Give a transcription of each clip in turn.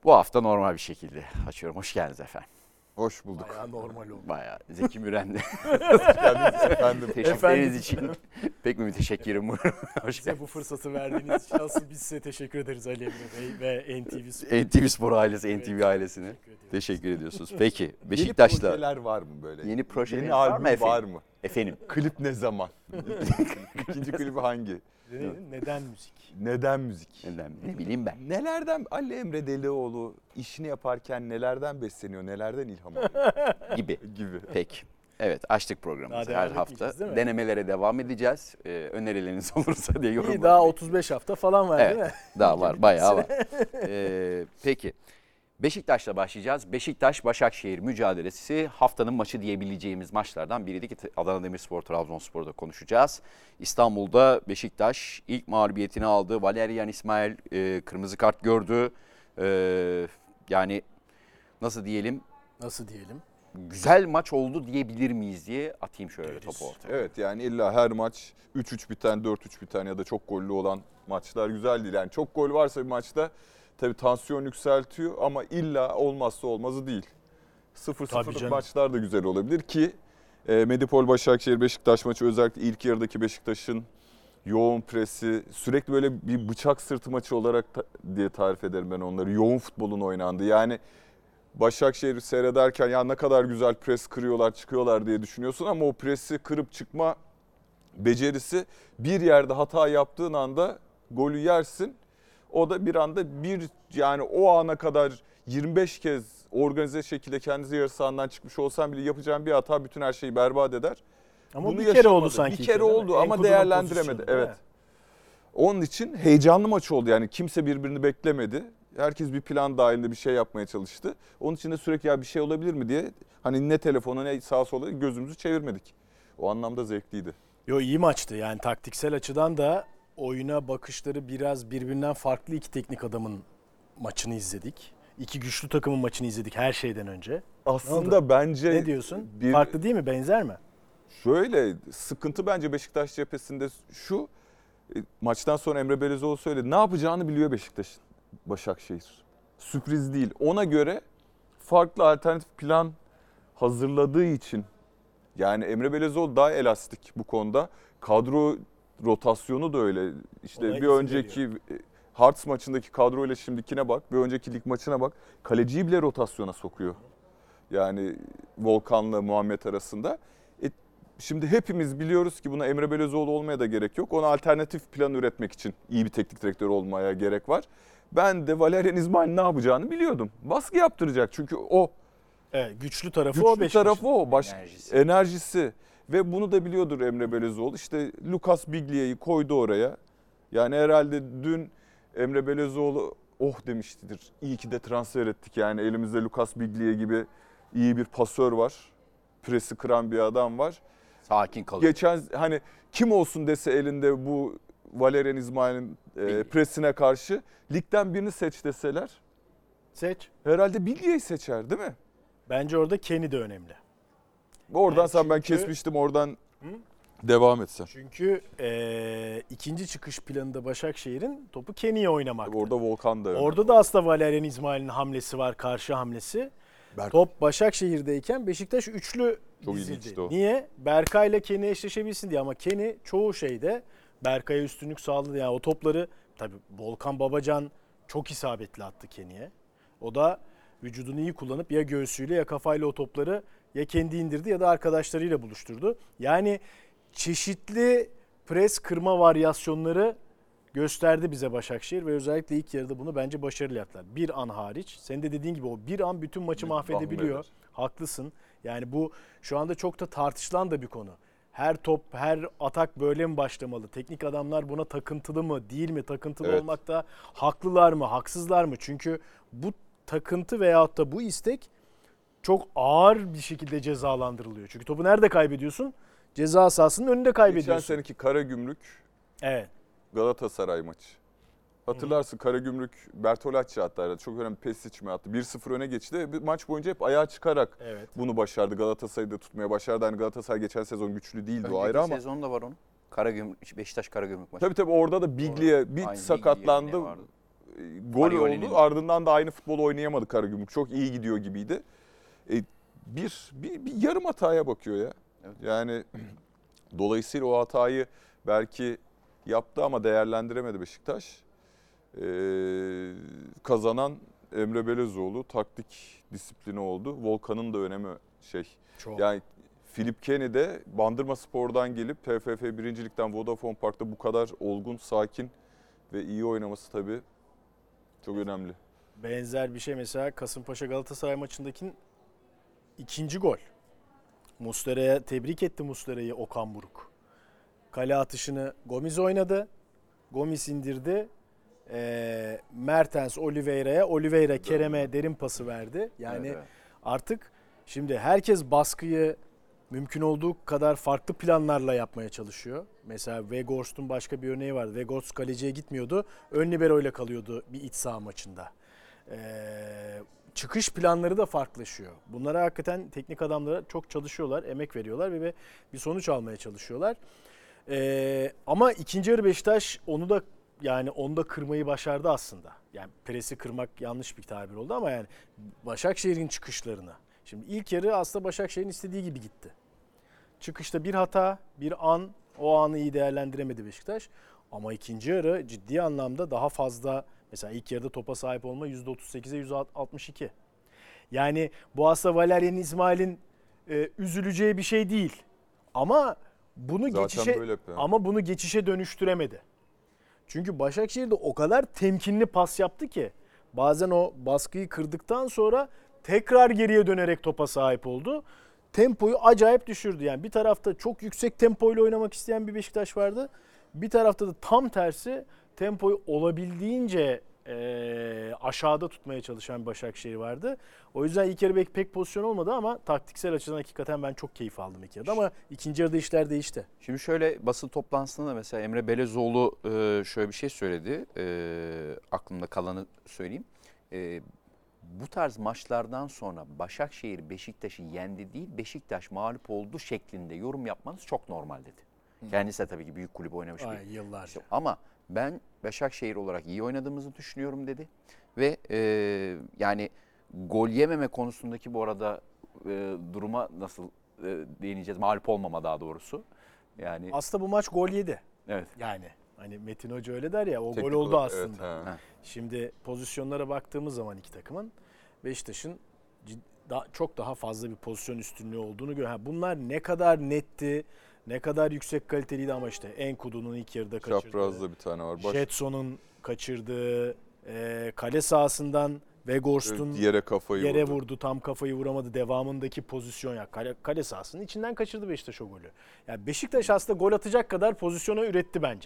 Bu hafta normal bir şekilde açıyorum. Hoş geldiniz efendim. Hoş bulduk. Bayağı normal oldu. Bayağı Zeki Müren'le. Hoş geldiniz efendim. Teşekkürleriniz için pek mi müteşekkirim. Hoş Bize geldiniz. bu fırsatı verdiğiniz için asıl biz size teşekkür ederiz Ali Emre Bey ve NTV Spor. NTV Spor ailesi, NTV ailesine ediyoruz. teşekkür ediyorsunuz. Peki Yeni Beşiktaş'la projeler var mı böyle? yeni projeler Yeni var mı albüm efendim? var mı? Efendim. Klip ne zaman? İkinci klibi hangi? Neden müzik? Neden müzik? Ne bileyim ben. Nelerden Ali Emre Delioğlu işini yaparken nelerden besleniyor, nelerden ilham alıyor Gibi. gibi. Peki. Evet, açtık programımızı Daha her devam hafta. etmeyeceğiz, değil mi? Denemelere devam edeceğiz. Önerileriniz olursa diye İyi yorumlar. daha 35 hafta falan var değil mi? Evet, daha var, bayağı var. Peki, Beşiktaş'la başlayacağız. Beşiktaş-Başakşehir mücadelesi haftanın maçı diyebileceğimiz maçlardan biriydi ki Adana Demirspor, Trabzonspor'da konuşacağız. İstanbul'da Beşiktaş ilk mağlubiyetini aldı. Valerian İsmail kırmızı kart gördü. Yani nasıl diyelim? Nasıl diyelim? Güzel maç oldu diyebilir miyiz diye atayım şöyle Deriz. topu ortaya. Evet yani illa her maç 3-3 biten, 4-3 biten ya da çok gollü olan maçlar güzel değil. Yani çok gol varsa bir maçta tabii tansiyon yükseltiyor ama illa olmazsa olmazı değil. 0-0'lık canım. maçlar da güzel olabilir ki Medipol Başakşehir Beşiktaş maçı özellikle ilk yarıdaki Beşiktaş'ın yoğun presi sürekli böyle bir bıçak sırtı maçı olarak diye tarif ederim ben onları. Yoğun futbolun oynandığı yani Başakşehir'i seyrederken ya ne kadar güzel pres kırıyorlar çıkıyorlar diye düşünüyorsun ama o presi kırıp çıkma becerisi bir yerde hata yaptığın anda golü yersin. O da bir anda yani o ana kadar 25 kez organize şekilde kendisi yarı sahandan çıkmış olsan bile yapacağın bir hata bütün her şeyi berbat eder. Ama Bunu bir kere yaşamadı. oldu sanki. Bir kere değil mi? oldu ama Enkudu'nun değerlendiremedi. pozisyonu, Evet. değil mi? Onun için heyecanlı maç oldu yani kimse birbirini beklemedi. Herkes bir plan dahilinde bir şey yapmaya çalıştı. Onun için de sürekli ya bir şey olabilir mi diye hani ne telefona ne sağa sola gözümüzü çevirmedik. O anlamda zevkliydi. Yo iyi maçtı yani taktiksel açıdan da oyuna bakışları biraz birbirinden farklı iki teknik adamın maçını izledik. İki güçlü takımın maçını izledik her şeyden önce. Aslında bence Ne diyorsun? Farklı değil mi? Benzer mi? şöyle sıkıntı bence Beşiktaş cephesinde şu maçtan sonra Emre Belözoğlu söyledi. Ne yapacağını biliyor Beşiktaş'ın Başakşehir. Sürpriz değil. Ona göre farklı alternatif plan hazırladığı için yani Emre Belözoğlu daha elastik bu konuda. Kadro rotasyonu da öyle. İşte Ona bir izin önceki Hearts maçındaki kadroyla şimdikine bak. Bir önceki lig maçına bak. Kaleciyi bile rotasyona sokuyor. Yani Volkan'la Muhammed arasında. Şimdi hepimiz biliyoruz ki buna Emre Belözoğlu olmaya da gerek yok. Ona alternatif plan üretmek için iyi bir teknik direktör olmaya gerek var. Ben de Valerian İsmail'in ne yapacağını biliyordum. Baskı yaptıracak çünkü o. Evet, güçlü tarafı Güçlü o Beşiktaş'ın. tarafı o. Enerjisi. Enerjisi. Ve bunu da biliyordur Emre Belözoğlu. İşte Lucas Biglia'yı koydu oraya. Yani herhalde dün Emre Belözoğlu oh demiştidir. İyi ki de transfer ettik yani elimizde Lucas Biglia gibi iyi bir pasör var. Presi kıran bir adam var. Sakin kalın. Geçen hani kim olsun dese elinde bu Valerian İsmail'in presine karşı ligden birini seç deseler Seç. herhalde Biglia'yı seçer değil mi? Bence orada Kenny de önemli. Oradan Yani sen ben çünkü- kesmiştim oradan devam etsen. Çünkü ikinci çıkış planında Başakşehir'in topu Kenny'ye oynamak. Orada Volkan da önemli. Orada da aslında Valerian İsmail'in hamlesi var, karşı hamlesi. Top Başakşehir'deyken Beşiktaş üçlü Çok dizildi. ilginçti o. Niye? Berkay ile Kenny eşleşebilsin diye ama Kenny çoğu şeyde Berkay'a üstünlük sağladı. Yani o topları tabii Volkan Babacan çok isabetli attı Kenny'ye. O da vücudunu iyi kullanıp ya göğsüyle ya kafayla o topları ya kendi indirdi ya da arkadaşlarıyla buluşturdu. Yani çeşitli pres kırma varyasyonları gösterdi bize Başakşehir ve özellikle ilk yarıda bunu bence başarılı yaptılar. Bir an hariç. Senin de dediğin gibi o bir an bütün maçı mahvedebiliyor. mahveder. Haklısın. Yani bu şu anda çok da tartışılan da bir konu. Her top, her atak böyle mi başlamalı? Teknik adamlar buna takıntılı mı, değil mi? Takıntılı Evet. olmakta haklılar mı, haksızlar mı? Çünkü bu takıntı veyahut da bu istek çok ağır bir şekilde cezalandırılıyor. Çünkü topu nerede kaybediyorsun? Ceza sahasının önünde Geçen kaybediyorsun. seneki Karagümrük Evet. Galatasaray maçı. Hatırlarsın Karagümrük Bertolacci hatta çok önemli Pesic mi attı. 1-0 öne geçti. Bir maç boyunca hep ayağa çıkarak Evet. bunu başardı. Galatasaray'ı da tutmaya başardı. Hani Galatasaray geçen sezon güçlü değildi o ayrı Önceki ama. sezonda var onun. Beşiktaş Karagümrük maçı. Tabii orada da Biglia bir Aynı sakatlandı. Biglia vardı. gol Farioli'nin. oldu. Ardından da aynı futbol oynayamadı Karagümrük. Çok iyi gidiyor gibiydi. Bir yarım hataya bakıyor ya. Evet. Yani dolayısıyla o hatayı belki yaptı ama değerlendiremedi Beşiktaş. Kazanan Emre Belezoğlu, taktik disiplini oldu. Volkan'ın da önemi Çok. Yani Filip Kenny de Bandırmaspor'dan gelip TFF 1. Lig'den Vodafone Park'ta bu kadar olgun, sakin ve iyi oynaması tabii çok önemli. Benzer bir şey mesela Kasımpaşa Galatasaray maçındaki ikinci gol. Muslera'ya tebrik etti Muslera'yı Okan Buruk. Kale atışını Gomis oynadı. Gomis indirdi. Mertens Oliveira'ya, Oliveira Kerem'e derin pası verdi. Yani Evet. artık şimdi herkes baskıyı mümkün olduğu kadar farklı planlarla yapmaya çalışıyor. Mesela Weghorst'un başka bir örneği vardı. Weghorst kaleciye gitmiyordu. Ön libero'yla kalıyordu bir iç saha maçında. Çıkış planları da farklılaşıyor. Bunlara hakikaten teknik adamlara çok çalışıyorlar, emek veriyorlar ve bir sonuç almaya çalışıyorlar. Ama ikinci yarı Beşiktaş onu da kırmayı başardı aslında. Yani presi kırmak yanlış bir tabir oldu ama yani Başakşehir'in çıkışlarına. Şimdi ilk yarı aslında Başakşehir'in istediği gibi gitti. Çıkışta bir hata, bir an, o anı iyi değerlendiremedi Beşiktaş. Ama ikinci yarı ciddi anlamda daha fazla, mesela ilk yarıda topa sahip olma %38'e %62. Yani bu aslında Valerian İsmail'in üzüleceği bir şey değil. Ama bunu geçişe dönüştüremedi. Çünkü Başakşehir'de o kadar temkinli pas yaptı ki bazen o baskıyı kırdıktan sonra tekrar geriye dönerek topa sahip oldu. Tempoyu acayip düşürdü. Yani bir tarafta çok yüksek tempoyla oynamak isteyen bir Beşiktaş vardı. Bir tarafta da tam tersi tempoyu olabildiğince aşağıda tutmaya çalışan bir Başakşehir vardı. O yüzden ilk yarı pek pozisyon olmadı ama taktiksel açıdan hakikaten ben çok keyif aldım ilk yarıda ama ikinci yarıda işler değişti. Şimdi şöyle basın toplantısında da mesela Emre Belezoğlu şöyle bir şey söyledi. Aklımda kalanı söyleyeyim. Bu tarz maçlardan sonra Başakşehir Beşiktaş'ı yendi değil, Beşiktaş mağlup oldu şeklinde yorum yapmanız çok normal dedi. Kendisi de tabii ki büyük kulüp oynamış bir. Yıllarca. İşte, ama ben Başakşehir olarak iyi oynadığımızı düşünüyorum dedi. Ve yani gol yememe konusundaki bu arada duruma nasıl değineceğiz? Mağlup olmama daha doğrusu. Yani Aslında bu maç gol yedi. evet. Yani hani Metin Hoca öyle der ya, o Teknik gol oldu olarak, aslında. evet, Şimdi pozisyonlara baktığımız zaman iki takımın Beşiktaş'ın çok daha fazla bir pozisyon üstünlüğü olduğunu görüyoruz. Bunlar ne kadar netti, ne kadar yüksek kaliteliydi ama işte Enkudu'nun ilk yarıda kaçırdığı, Çapraz'da bir tane var. Jetson'un kaçırdığı, kale sahasından Weghorst'un yere vurdu. Tam kafayı vuramadı. Devamındaki pozisyon ya kale sahasının içinden kaçırdı Beşiktaş o golü. Yani Beşiktaş aslında gol atacak kadar pozisyona üretti bence.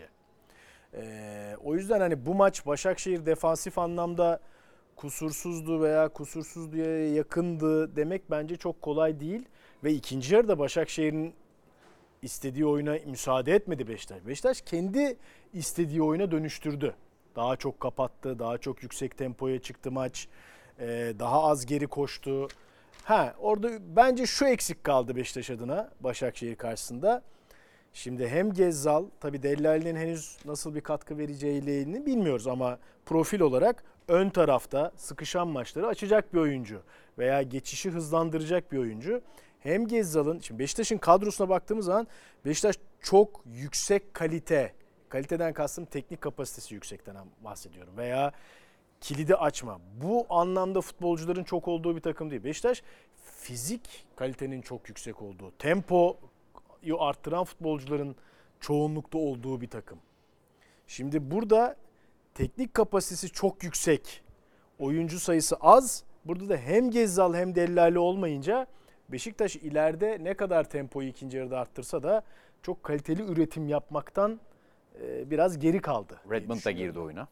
O yüzden hani bu maç Başakşehir defansif anlamda kusursuzdu veya kusursuzluğa yakındı demek bence çok kolay değil. Ve ikinci yarıda Başakşehir'in istediği oyuna müsaade etmedi Beşiktaş. Beşiktaş kendi istediği oyuna dönüştürdü. Daha çok kapattı, daha çok yüksek tempoya çıktı maç. Daha az geri koştu. Orada bence şu eksik kaldı Beşiktaş adına Başakşehir karşısında. Şimdi hem Gezzal, tabii Dellali'nin henüz nasıl bir katkı vereceğini bilmiyoruz ama profil olarak ön tarafta sıkışan maçları açacak bir oyuncu veya geçişi hızlandıracak bir oyuncu. Hem Gezzal'ın, şimdi Beşiktaş'ın kadrosuna baktığımız zaman Beşiktaş çok yüksek kaliteden kastım teknik kapasitesi yüksekten bahsediyorum veya kilidi açma. Bu anlamda futbolcuların çok olduğu bir takım değil. Beşiktaş fizik kalitenin çok yüksek olduğu, tempoyu arttıran futbolcuların çoğunlukta olduğu bir takım. Şimdi burada teknik kapasitesi çok yüksek, oyuncu sayısı az. Burada da hem Gezzal hem Dellali olmayınca Beşiktaş ileride ne kadar tempoyu ikinci yarıda arttırsa da çok kaliteli üretim yapmaktan biraz geri kaldı. Redmond da girdi oyuna.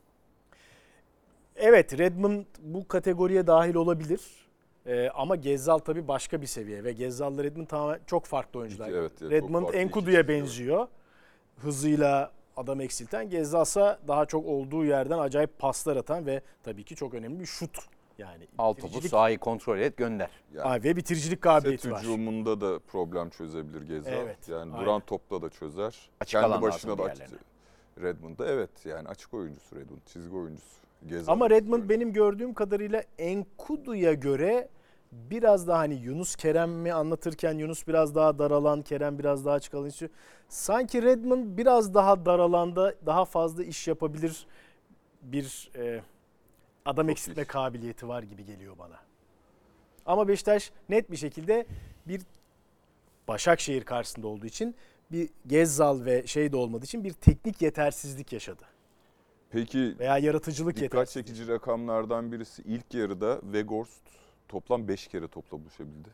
Evet, Redmond bu kategoriye dahil olabilir. Ama Gezzal tabii başka bir seviye ve Gezzal'la Redmond tamamen çok farklı oyuncular. Evet, Redmond Enkudu'ya benziyor. Hızıyla adam eksilten. Gezzal'sa daha çok olduğu yerden acayip paslar atan ve tabii ki çok önemli bir şut. Yani Alt topu sahayı kontrol et, gönder. Ve bitiricilik kabiliyeti var. Set hücumunda da problem çözebilir Gezzal. Evet, yani aynen. duran topla da çözer. Açık Kendi alan başına lazım da Redmond'da yani açık oyuncusu Redmond, çizgi oyuncusu. Gezal. Ama Redmond benim gördüğüm kadarıyla Enkudu'ya göre biraz daha hani Yunus Kerem'i anlatırken Yunus biraz daha dar alan, Kerem biraz daha açık alan istiyor. Sanki Redmond biraz daha dar alanda daha fazla iş yapabilir bir adam Çok eksiltme iyi. kabiliyeti var gibi geliyor bana. Ama Beşiktaş net bir şekilde bir Başakşehir karşısında olduğu için bir Gezzal ve şey de olmadığı için bir teknik yetersizlik yaşadı. Peki Veya yaratıcılık dikkat yetersizliği. çekici rakamlardan birisi ilk yarıda Weghorst toplam 5 kere topla buluşabildi.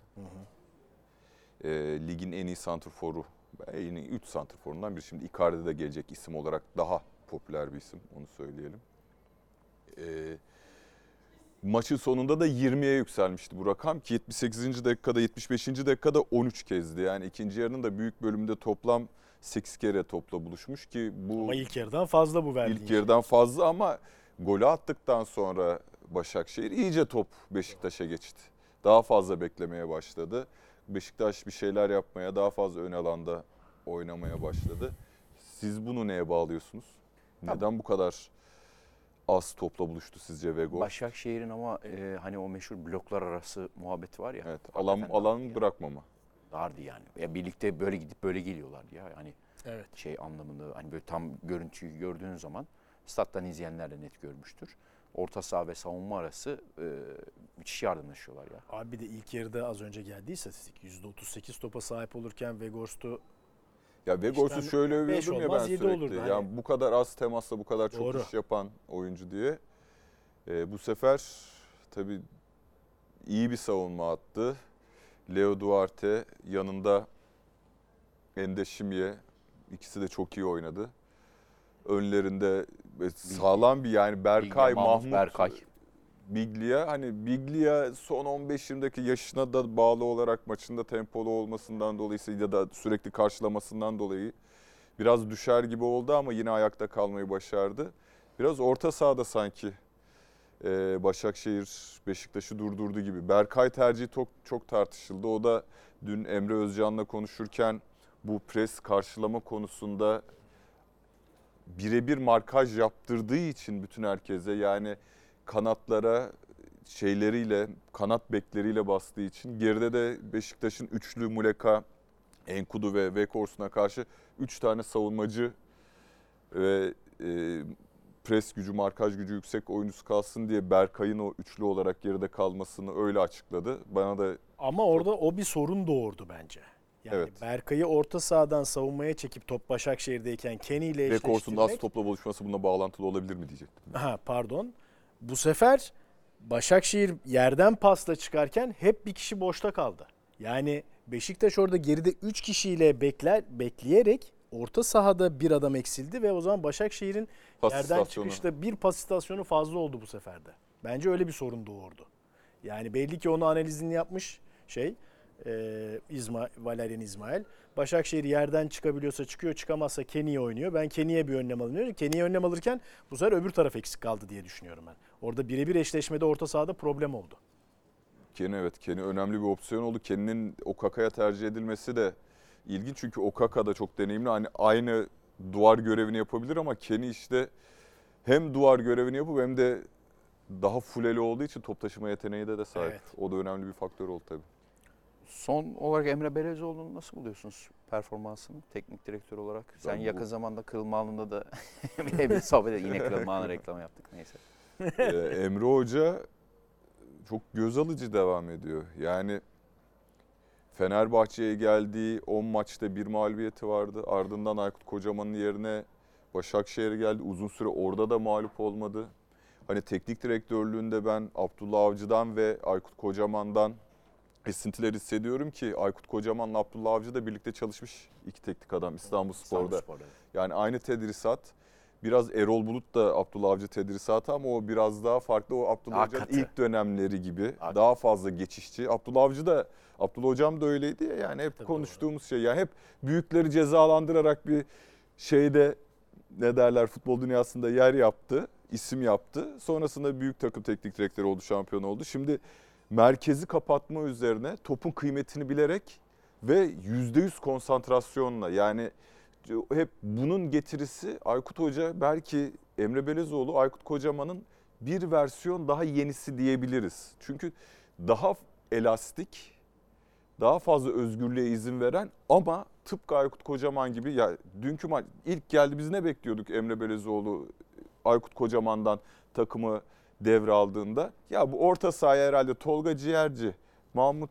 Ligin en iyi santrforu, en iyi 3 santrforundan biri. Şimdi Icardi de gelecek isim olarak daha popüler bir isim, onu söyleyelim. Maçın sonunda da 20'ye yükselmişti bu rakam ki 78. dakikada 75. dakikada 13 kezdi. Yani ikinci yarının da büyük bölümünde toplam 8 kere topla buluşmuş ki bu Ama ilk yarıdan fazla bu verdiğin ilk şey. yarıdan fazla ama golü attıktan sonra Başakşehir iyice top Beşiktaş'a geçti. Daha fazla beklemeye başladı. Beşiktaş bir şeyler yapmaya, daha fazla ön alanda oynamaya başladı. Siz bunu neye bağlıyorsunuz? Neden bu kadar az topla buluştu sizce Weghorst? Başakşehir'in ama hani o meşhur bloklar arası muhabbeti var ya. Evet, hakikaten alan dardı yani. bırakmama. Dardı yani. Ya birlikte böyle gidip böyle geliyorlardı ya. Hani Evet. şey anlamında hani böyle tam görüntüyü gördüğün zaman stat'tan izleyenler de net görmüştür. Orta saha ve savunma arası müthiş yardımlaşıyorlar ya. Abi bir de ilk yarıda az önce geldiği istatistik %38 topa sahip olurken Weghorst'u Ya Weghorst'u Beşten şöyle beş övüyordum ya olmaz, ben yedi sürekli. olurdu. Yani Hani- bu kadar az temasla bu kadar çok Doğru. iş yapan oyuncu diye. Bu sefer tabii iyi bir savunma attı. Leo Duarte yanında Ende Şimye, ikisi de çok iyi oynadı. Önlerinde sağlam bir yani Berkay, Bilge, Mahmut, Berkay. Biglia. Hani Biglia son 15-20'deki yaşına da bağlı olarak maçında tempolu olmasından dolayı ya da sürekli karşılamasından dolayı biraz düşer gibi oldu ama yine ayakta kalmayı başardı. Biraz orta sahada sanki Başakşehir Beşiktaş'ı durdurdu gibi. Berkay tercihi çok tartışıldı. O da dün Emre Özcan'la konuşurken bu pres karşılama konusunda birebir markaj yaptırdığı için bütün herkese yani kanatlara şeyleriyle, kanat bekleriyle bastığı için geride de Beşiktaş'ın üçlü Muleka, Enkudu ve Weghorst'una karşı 3 tane savunmacı ve pres gücü, markaj gücü yüksek oyuncusu kalsın diye Berkay'ın o üçlü olarak geride kalmasını öyle açıkladı. Bana da ama orada o bir sorun doğurdu bence. Yani Evet. Berkay'ı orta sahadan savunmaya çekip top Başakşehir'deyken Kenny ile Weghorst'un da az eşleştirmek. topla buluşması bununla bağlantılı olabilir mi diyecektim. Ha, pardon. Bu sefer Başakşehir yerden pasla çıkarken hep bir kişi boşta kaldı. Yani Beşiktaş orada geride 3 kişiyle bekleyerek orta sahada bir adam eksildi ve o zaman Başakşehir'in Pas yerden istasyonu. çıkışta bir pas istasyonu fazla oldu bu seferde. Bence öyle bir sorun doğurdu. Yani belli ki onu analizini yapmış Valerian İsmail. Başakşehir yerden çıkabiliyorsa çıkıyor, çıkamazsa Kenny'ye oynuyor. Ben Kenny'ye bir önlem alıyorum. Kenny'ye önlem alırken bu sefer öbür taraf eksik kaldı diye düşünüyorum ben. Orada birebir eşleşmede orta sahada problem oldu. Kenny önemli bir opsiyon oldu. Kenny'nin Okaka'ya tercih edilmesi de ilginç çünkü Okaka da çok deneyimli. Hani aynı duvar görevini yapabilir ama Kenny işte hem duvar görevini yapıp hem de daha fuleli olduğu için top taşıma yeteneği de sahip. Evet. O da önemli bir faktör oldu tabii. Son olarak Emre Belezoğlu'nu nasıl buluyorsunuz performansını teknik direktör olarak? Sen Ben yakın zamanda Kırılma Anı'nda da bir sohbet yine Kırılma Anı reklamı yaptık neyse. Emre Hoca çok göz alıcı devam ediyor. Yani Fenerbahçe'ye geldiği 10 maçta bir mağlubiyeti vardı. Ardından Aykut Kocaman'ın yerine Başakşehir'e geldi. Uzun süre orada da mağlup olmadı. Hani teknik direktörlüğünde ben Abdullah Avcı'dan ve Aykut Kocaman'dan esintiler hissediyorum ki Aykut Kocaman'la Abdullah Avcı da birlikte çalışmış iki teknik adam İstanbulspor'da. İstanbulspor'da. Yani aynı tedrisat. Biraz Erol Bulut da Abdullah Avcı tedrisatı ama o biraz daha farklı. O Abdullah Daha Hoca'nın katı. ilk dönemleri gibi Daha daha fazla geçişçi. Abdullah Hocam da öyleydi ya yani hep Tabii konuştuğumuz şey. Yani hep büyükleri cezalandırarak bir şeyde ne derler futbol dünyasında yer yaptı, isim yaptı. Sonrasında büyük takım teknik direktörü oldu, şampiyon oldu. Şimdi merkezi kapatma üzerine topun kıymetini bilerek ve %100 konsantrasyonla yani hep bunun getirisi Aykut Hoca belki Emre Belezoğlu Aykut Kocaman'ın bir versiyon daha yenisi diyebiliriz. Çünkü daha elastik, daha fazla özgürlüğe izin veren ama tıpkı Aykut Kocaman gibi, ya dünkü maç ilk geldi, biz ne bekliyorduk Emre Belezoğlu Aykut Kocaman'dan takımı devraldığında? Ya bu orta sahaya herhalde Tolga Ciğerci, Mahmut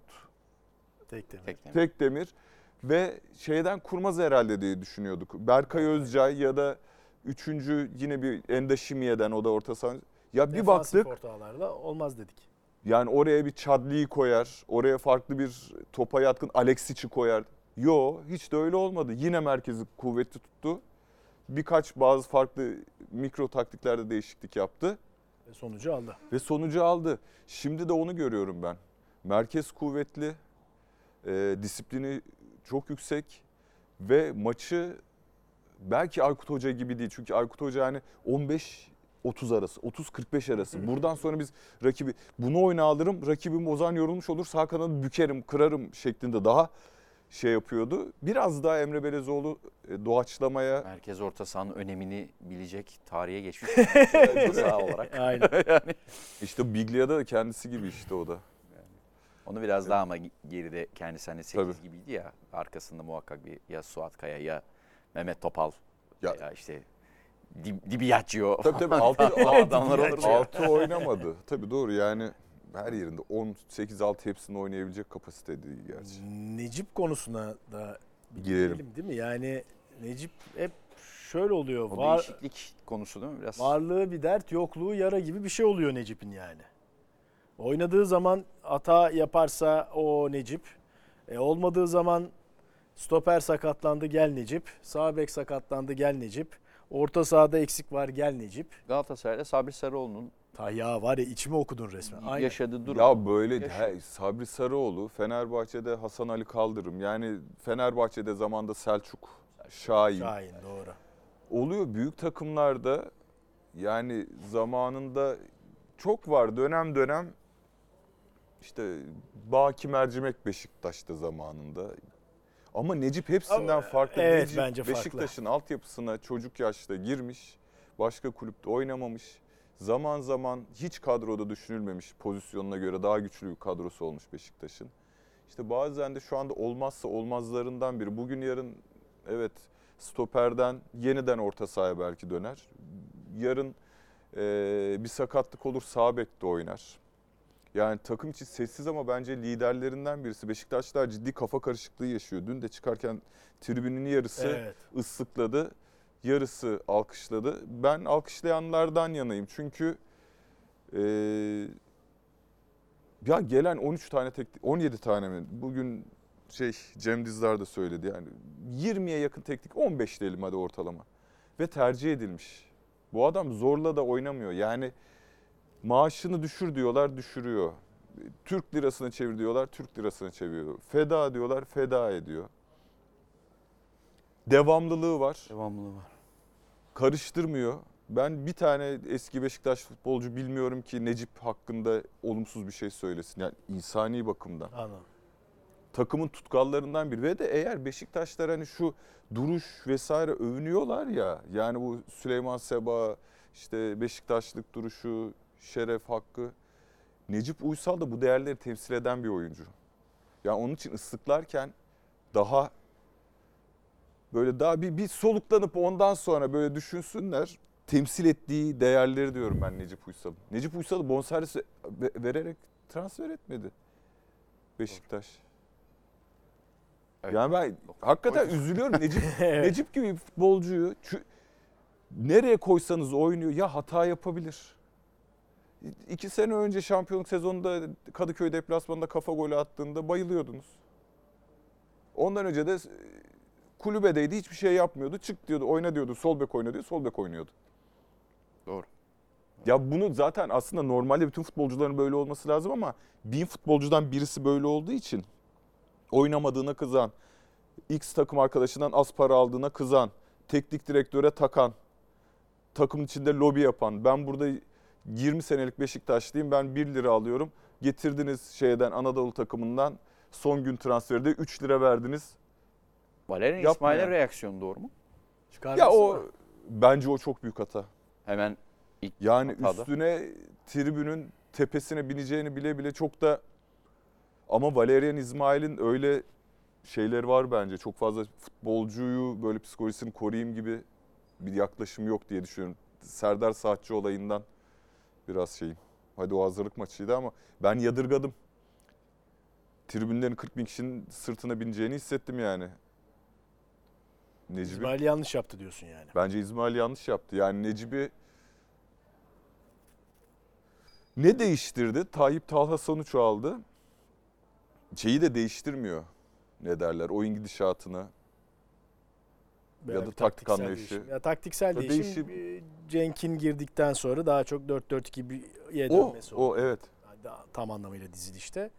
Tekdemir ve şeyden kurmaz herhalde diye düşünüyorduk. Berkay Özcay ya da üçüncü yine bir Endaşimiye'den, o da orta saha. Ya bir baktık ortalarla olmaz dedik. yani oraya bir Chadli'yi koyar, oraya farklı bir topa yatkın Alexic'i koyar. Yo, hiç de öyle olmadı. Yine merkezi kuvvetli tuttu. Bazı farklı mikro taktiklerde değişiklik yaptı. Ve sonucu aldı. Şimdi de onu görüyorum ben. Merkez kuvvetli, disiplini çok yüksek ve maçı belki Aykut Hoca gibi değil. Çünkü Aykut Hoca yani 15-30 arası, 30-45 arası. Buradan sonra biz rakibi bunu oyuna alırım, rakibim o zaman yorulmuş olur, sağ kanadı bükerim, kırarım şeklinde daha şey yapıyordu. Biraz daha Emre Belezoğlu doğaçlamaya... Merkez orta sahanın önemini bilecek, tarihe geçmiş saha olarak. Aynen. Yani. İşte Biglia'da da kendisi gibi işte o da. Onu biraz daha ama geride kendisi hani 8 Tabii. gibiydi ya. Arkasında muhakkak bir ya Suat Kaya ya Mehmet Topal ya işte Dibiaccio. Tabii adamlar olur ya. 6 oynamadı. Tabii doğru yani her yerinde 18-6 hepsini oynayabilecek kapasiteydi gerçi. Necip konusuna da girelim değil mi? Yani Necip hep şöyle oluyor. O değişiklik konusu değil mi biraz? Varlığı bir dert, yokluğu yara gibi bir şey oluyor Necip'in yani. Oynadığı zaman hata yaparsa o Necip. Olmadığı zaman stoper sakatlandı gel Necip. Sağ bek sakatlandı gel Necip. Orta sahada eksik var gel Necip. Galatasaray'da Sabri Sarıoğlu'nun Ya var ya içimi okudun resmen. Aynen. yaşadığı durum. Ya böyle Sabri Sarıoğlu, Fenerbahçe'de Hasan Ali Kaldırım, yani Fenerbahçe'de zamanda Selçuk Şahin. Doğru. Oluyor büyük takımlarda, yani zamanında çok var dönem dönem. İşte Baki Mercimek Beşiktaş'ta zamanında. Ama Necip hepsinden farklı. Evet, Necip bence farklı. Beşiktaş'ın altyapısına çocuk yaşta girmiş. Başka kulüpte oynamamış. Zaman zaman hiç kadroda düşünülmemiş, pozisyonuna göre daha güçlü bir kadrosu olmuş Beşiktaş'ın. İşte bazen de şu anda olmazsa olmazlarından biri. Bugün yarın evet stoperden yeniden orta sahaya belki döner. Yarın bir sakatlık olur, sağ bekte oynar. Yani takım için sessiz ama bence liderlerinden birisi. Beşiktaşlar ciddi kafa karışıklığı yaşıyor. Dün de çıkarken tribünün yarısı ıslıkladı, yarısı alkışladı. Ben alkışlayanlardan yanayım. Çünkü ya gelen 13 tane 17 tane mi? Bugün Cem Dizdar da söyledi yani 20'ye yakın teknik, 15 diyelim hadi ortalama. Ve tercih edilmiş. Bu adam zorla da oynamıyor. Yani maaşını düşür diyorlar, düşürüyor. Türk lirasına çevir diyorlar, Türk lirasına çeviriyor. Feda diyorlar, feda ediyor. Devamlılığı var. Karıştırmıyor. Ben bir tane eski Beşiktaş futbolcu bilmiyorum ki Necip hakkında olumsuz bir şey söylesin. Yani insani bakımdan. Anladım. Takımın tutkallarından biri. Ve de eğer Beşiktaşlar hani şu duruş vesaire övünüyorlar ya. Yani bu Süleyman Seba, işte Beşiktaşlık duruşu, şeref hakkı. Necip Uysal da bu değerleri temsil eden bir oyuncu. Yani onun için ıslıklarken daha böyle daha bir soluklanıp ondan sonra böyle düşünsünler. Temsil ettiği değerleri diyorum ben Necip Uysal'ın. Necip Uysal'ı bonservis vererek transfer etmedi Beşiktaş. Evet. Yani ben hakikaten üzülüyorum. Necip gibi bir futbolcuyu nereye koysanız oynuyor. Ya hata yapabilir. 2 sene önce şampiyonluk sezonunda Kadıköy deplasmanında kafa golü attığında bayılıyordunuz. Ondan önce de kulübedeydi, hiçbir şey yapmıyordu. Çık diyordu, oyna diyordu, sol bek oyna diyordu, sol bek oynuyordu. Doğru. Ya bunu zaten aslında normalde bütün futbolcuların böyle olması lazım ama 1000 futbolcudan birisi böyle olduğu için oynamadığına kızan, X takım arkadaşından az para aldığına kızan, teknik direktöre takan, takımın içinde lobi yapan, ben burada 20 senelik Beşiktaşlıyım, ben 1 lira alıyorum. Getirdiniz Anadolu takımından son gün transferde 3 lira verdiniz. Valerian İsmail'e reaksiyon doğru mu? Ya bence o çok büyük hata. Hemen İlk Yani hatada. üstüne tribünün tepesine bineceğini bile bile çok da, ama Valerian İsmail'in öyle şeyleri var bence. Çok fazla futbolcuyu böyle psikolojisini koruyayım gibi bir yaklaşım yok diye düşünüyorum. Serdar Saatçi olayından biraz şeyim. Hadi o hazırlık maçıydı ama ben yadırgadım. Tribünlerin 40 bin kişinin sırtına bineceğini hissettim yani. Necip'i. İsmail yanlış yaptı diyorsun yani. Bence İsmail yanlış yaptı. Yani Necip'i ne değiştirdi? Tayyip Talha sonuç aldı. Şeyi de değiştirmiyor. Ne derler? Oyun gidişatını. Veya Ya da bir taktik taktiksel anlayışı. değişim. Ya taktiksel Ya değişim Cenk'in girdikten sonra daha çok 4-4-2'ye dönmesi oldu. O evet. Tam anlamıyla dizilişte.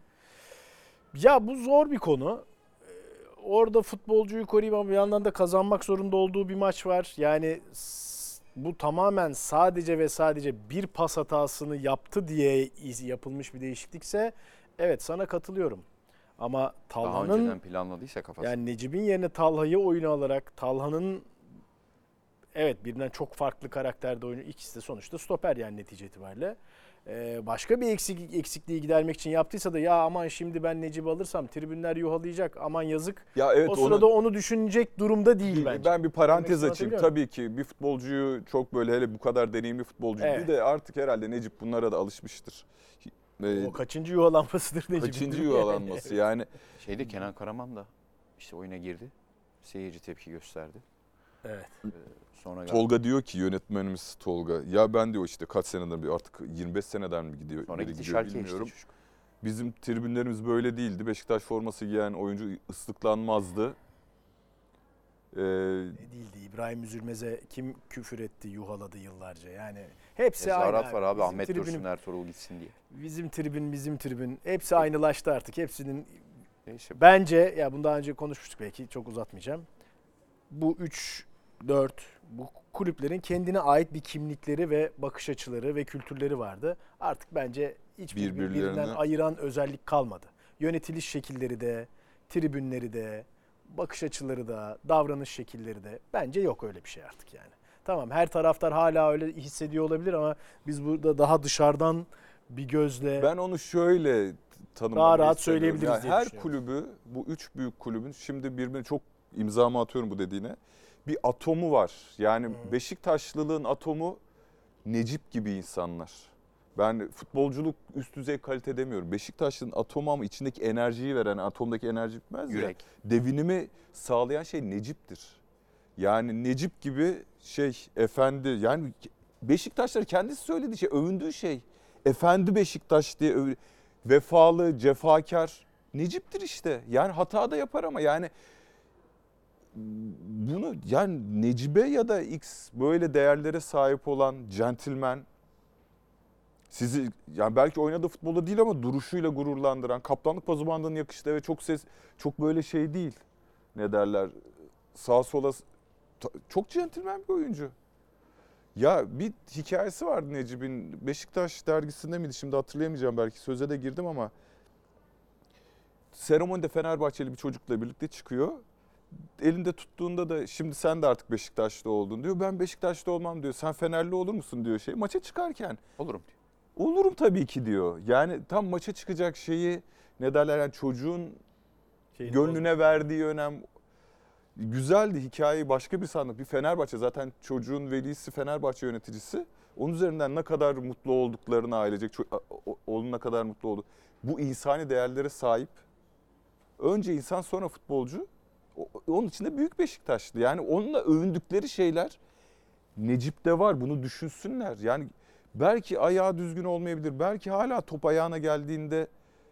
Ya bu zor bir konu. Orada futbolcuyu koruyayım ama bir yandan da kazanmak zorunda olduğu bir maç var. Yani bu tamamen sadece ve sadece bir pas hatasını yaptı diye yapılmış bir değişiklikse evet sana katılıyorum. Ama Daha Talha'nın önceden planladıysa kafası. yani Necip'in yerine Talha'yı oyuna alarak Talha'nın evet birbirinden çok farklı karakterde oynuyor. İkisi de sonuçta stoper yani netice itibariyle. Başka bir eksikliği gidermek için yaptıysa da ya aman şimdi ben Necip'i alırsam tribünler yuhalayacak aman yazık. Ya evet, O sırada onu düşünecek durumda değil bence. Ben bir parantez Demek açayım. anlatabiliyor Tabii ki bir futbolcuyu çok böyle, hele bu kadar deneyimli futbolcu Evet. değil de artık herhalde Necip bunlara da alışmıştır. O kaçıncı yuhalanmasıdır Necip'in? Kaçıncı yuvalanması yani. Kenan Karaman da işte oyuna girdi. Seyirci tepki gösterdi. Evet. Sonra Tolga diyor ki, yönetmenimiz Tolga, ya ben diyor işte kaç seneden bir, artık 25 seneden mi gidiyor, sonra beri gitti gidiyor Schalke'ye bilmiyorum. işte çocuk. Bizim tribünlerimiz böyle değildi. Beşiktaş forması giyen oyuncu ıslıklanmazdı. Ne değildi İbrahim Üzülmez'e kim küfür etti, yuhaladı yıllarca. Yani hepsi aynı. Tezahürat var abi, Bizim Ahmet tribünüm- Dursun Ertuğrul gitsin diye. Bizim tribün. Hepsi aynılaştı artık. Hepsinin Neyse. bence ya bunu daha önce konuşmuştuk belki çok uzatmayacağım. Bu 3-4 bu kulüplerin kendine ait bir kimlikleri ve bakış açıları ve kültürleri vardı. Artık bence hiçbir birbirinden Birbirlerine- ayıran özellik kalmadı. Yönetiliş şekilleri de, tribünleri de, bakış açıları da, davranış şekilleri de bence yok öyle bir şey artık yani. Tamam her taraftar hala öyle hissediyor olabilir ama biz burada daha dışarıdan bir gözle Ben onu şöyle tanımlamayı daha rahat istemiyorum. söyleyebiliriz Yani diye her düşünüyorum. kulübü, bu 3 büyük kulübün, şimdi birbirine çok imzamı atıyorum bu dediğine, bir atomu var. Yani Beşiktaşlılığın atomu Necip gibi insanlar. Ben futbolculuk üst düzey kalite demiyorum. Beşiktaş'ın atomu, ama içindeki enerjiyi veren, atomdaki enerji bitmez ya. Yürek. Devinimi sağlayan şey Necip'tir. Yani Necip gibi efendi, yani Beşiktaşlar kendisi söylediği şey, övündüğü şey. Efendi Beşiktaş diye vefalı, cefakar Necip'tir işte. Yani hata da yapar ama yani bunu, yani Necip'e ya da X böyle değerlere sahip olan centilmen, sizi yani belki oynadığı futbolda değil ama duruşuyla gururlandıran, kaptanlık pazumandığının yakıştığı ve çok böyle şey değil. Ne derler? Sağa sola çok centilmen bir oyuncu. Ya bir hikayesi vardı Necip'in. Beşiktaş dergisinde miydi? Şimdi hatırlayamayacağım, belki söze de girdim ama seremonide Fenerbahçeli bir çocukla birlikte çıkıyor. Elinde tuttuğunda da şimdi sen de artık Beşiktaşlı oldun diyor. Ben Beşiktaşlı olmam diyor. Sen Fenerli olur musun diyor maça çıkarken. Olurum diyor. Olurum tabii ki diyor. Yani tam maça çıkacak şeyi, ne derler, yani çocuğun gönlüne verdiği önem güzeldi. Hikayeyi başka bir sandık. Bir Fenerbahçe, zaten çocuğun velisi Fenerbahçe yöneticisi. Onun üzerinden ne kadar mutlu olduklarını, ailecek oğlun ne kadar mutlu oldu. Bu insani değerlere sahip. Önce insan, sonra futbolcu. Onun içinde büyük Beşiktaşlı. Yani onunla övündükleri şeyler Necip'te var. Bunu düşünsünler. Yani belki ayağı düzgün olmayabilir. Belki hala top ayağına geldiğinde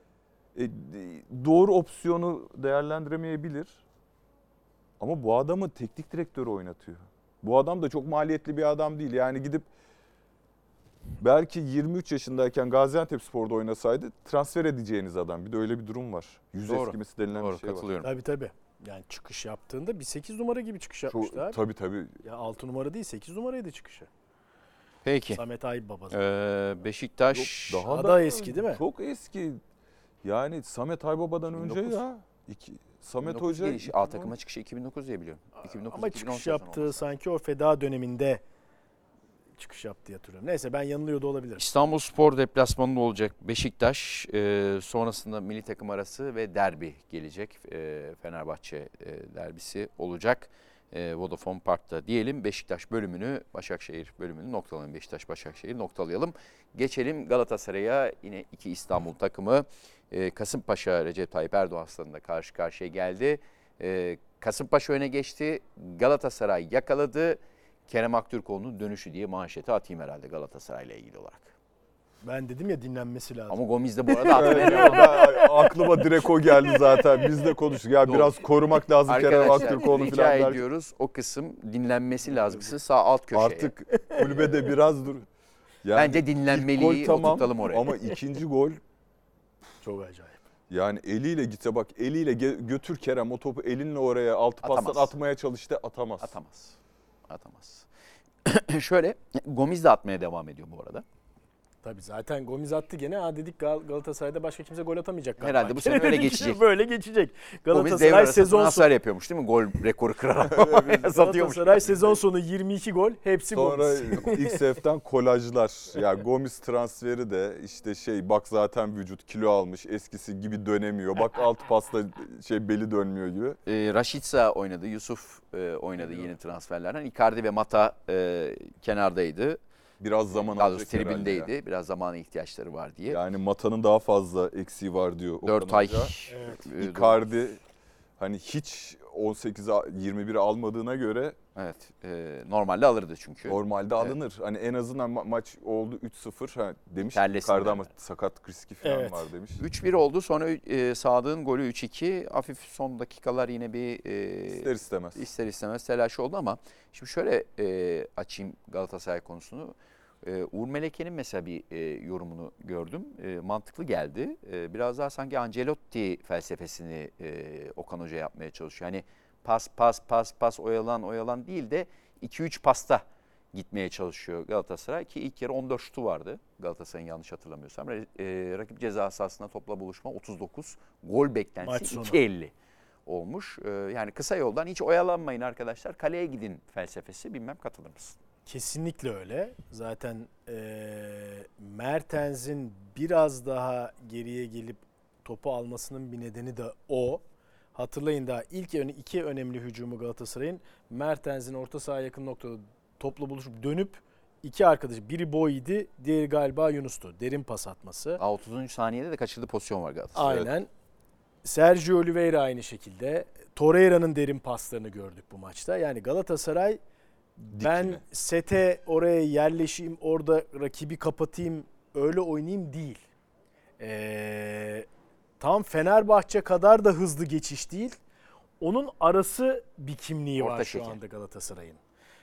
doğru opsiyonu değerlendiremeyebilir. Ama bu adamı teknik direktörü oynatıyor. Bu adam da çok maliyetli bir adam değil. Yani gidip belki 23 yaşındayken Gaziantepspor'da oynasaydı transfer edeceğiniz adam. Bir de öyle bir durum var. Yüz Doğru. eskimesi denilen Doğru, bir şey var. katılıyorum. Tabii. Yani çıkış yaptığında bir 8 numara gibi çıkış yapmıştı abi. Tabii. Ya 6 numara değil 8 numaraydı çıkışı. Peki. Samet Aybaba babası. Beşiktaş Yok, Daha da eski değil mi? Çok eski. Yani Samet Aybaba'dan önce 2009. ya. Samet 2009 Hoca gelişi, A takıma çıkışı 2009 diye biliyorum. 2009 Ama çıkış yaptığı sanki o feda döneminde çıkış yaptı diye hatırlıyorum. Neyse ben yanılıyor da olabilirim. İstanbulspor deplasmanında olacak Beşiktaş. Sonrasında milli takım arası ve derbi gelecek. Fenerbahçe derbisi olacak. Vodafone Park'ta diyelim. Beşiktaş bölümünü, Başakşehir bölümünü noktalayalım. Beşiktaş-Başakşehir noktalayalım. Geçelim Galatasaray'a. Yine iki İstanbul takımı. Kasımpaşa Recep Tayyip Erdoğan stadında karşı karşıya geldi. Kasımpaşa öne geçti. Galatasaray yakaladı. Kerem Aktürkoğlu'nun dönüşü diye manşeti atayım herhalde Galatasaray'la ilgili olarak. Ben dedim ya dinlenmesi lazım. Ama Gomis de bu arada atmaya Aklıma direkt o geldi zaten. Biz de konuştuk. Ya biraz korumak lazım Kerem Aktürkoğlu rica falan der. ediyoruz. O kısım dinlenmesi lazım. Sağ alt köşeye. Artık kulübede biraz dur. Yani bence dinlenmeliyi oturtalım oraya. Ama ikinci gol Çok acayip. yani eliyle gitse bak eliyle götür Kerem o topu elinle oraya altı pastan atmaya çalıştı atamaz. Atamaz. Şöyle Gomis de atmaya devam ediyor bu arada. Tabii zaten Gomis attı gene. Dedik Galatasaray'da başka kimse gol atamayacak. Herhalde bu sene öyle geçecek. Böyle geçecek. Gomis devre arası transfer yapıyormuş değil mi? Gol rekoru kırarak satıyormuş. Galatasaray sezon sonu 22 gol. Hepsi Sonra Gomis. XF'den kolajlar. Ya Gomis transferi de işte bak zaten vücut kilo almış eskisi gibi dönemiyor. Bak alt pasta beli dönmüyor gibi. Rashica oynadı. Yusuf oynadı yeni transferlerden. Icardi ve Mata kenardaydı. Biraz zaman Daha alacak doğrusu herhalde tribündeydi. ya. Biraz zamana ihtiyaçları var diye. Yani Mata'nın daha fazla eksiği var diyor. 4 ay. Evet. Icardi hani hiç 18'e 21'e almadığına göre Evet. Normalde alırdı çünkü. normalde alınır. Hani en azından maç oldu 3-0 demiş. Terlesin Icardi ama derler. sakat riski falan Evet. var demiş. 3-1 oldu. Sonra Sadık'ın golü 3-2. Hafif son dakikalar yine bir İster istemez. telaş oldu ama şimdi şöyle açayım Galatasaray konusunu. Uğur Meleke'nin mesela bir yorumunu gördüm. Mantıklı geldi. Biraz daha sanki Ancelotti felsefesini Okan Hoca yapmaya çalışıyor. Hani pas oyalan değil de 2-3 pasta gitmeye çalışıyor Galatasaray ki ilk yarı 14 şutu vardı Galatasaray'ın yanlış hatırlamıyorsam. Rakip ceza sahasında topla buluşma 39, gol beklentisi 2.50 olmuş. Yani kısa yoldan hiç oyalanmayın arkadaşlar, kaleye gidin felsefesi, bilmem katılır mısın? Kesinlikle öyle. Zaten Mertens'in biraz daha geriye gelip topu almasının bir nedeni de o. Hatırlayın daha ilk iki önemli hücumu Galatasaray'ın Mertens'in orta sahaya yakın noktada topla buluşup dönüp iki arkadaşı, biri Boy'di, diğeri galiba Yunus'tu. Derin pas atması. 30. saniyede de kaçırdığı pozisyon var Galatasaray. Aynen. Sergio Oliveira aynı şekilde. Torreira'nın derin paslarını gördük bu maçta. Yani Galatasaray ben sete oraya yerleşeyim, orada rakibi kapatayım, öyle oynayayım değil. Tam Fenerbahçe kadar da hızlı geçiş değil. Onun arası bir kimliği Orta var şeker. şu anda Galatasaray'ın.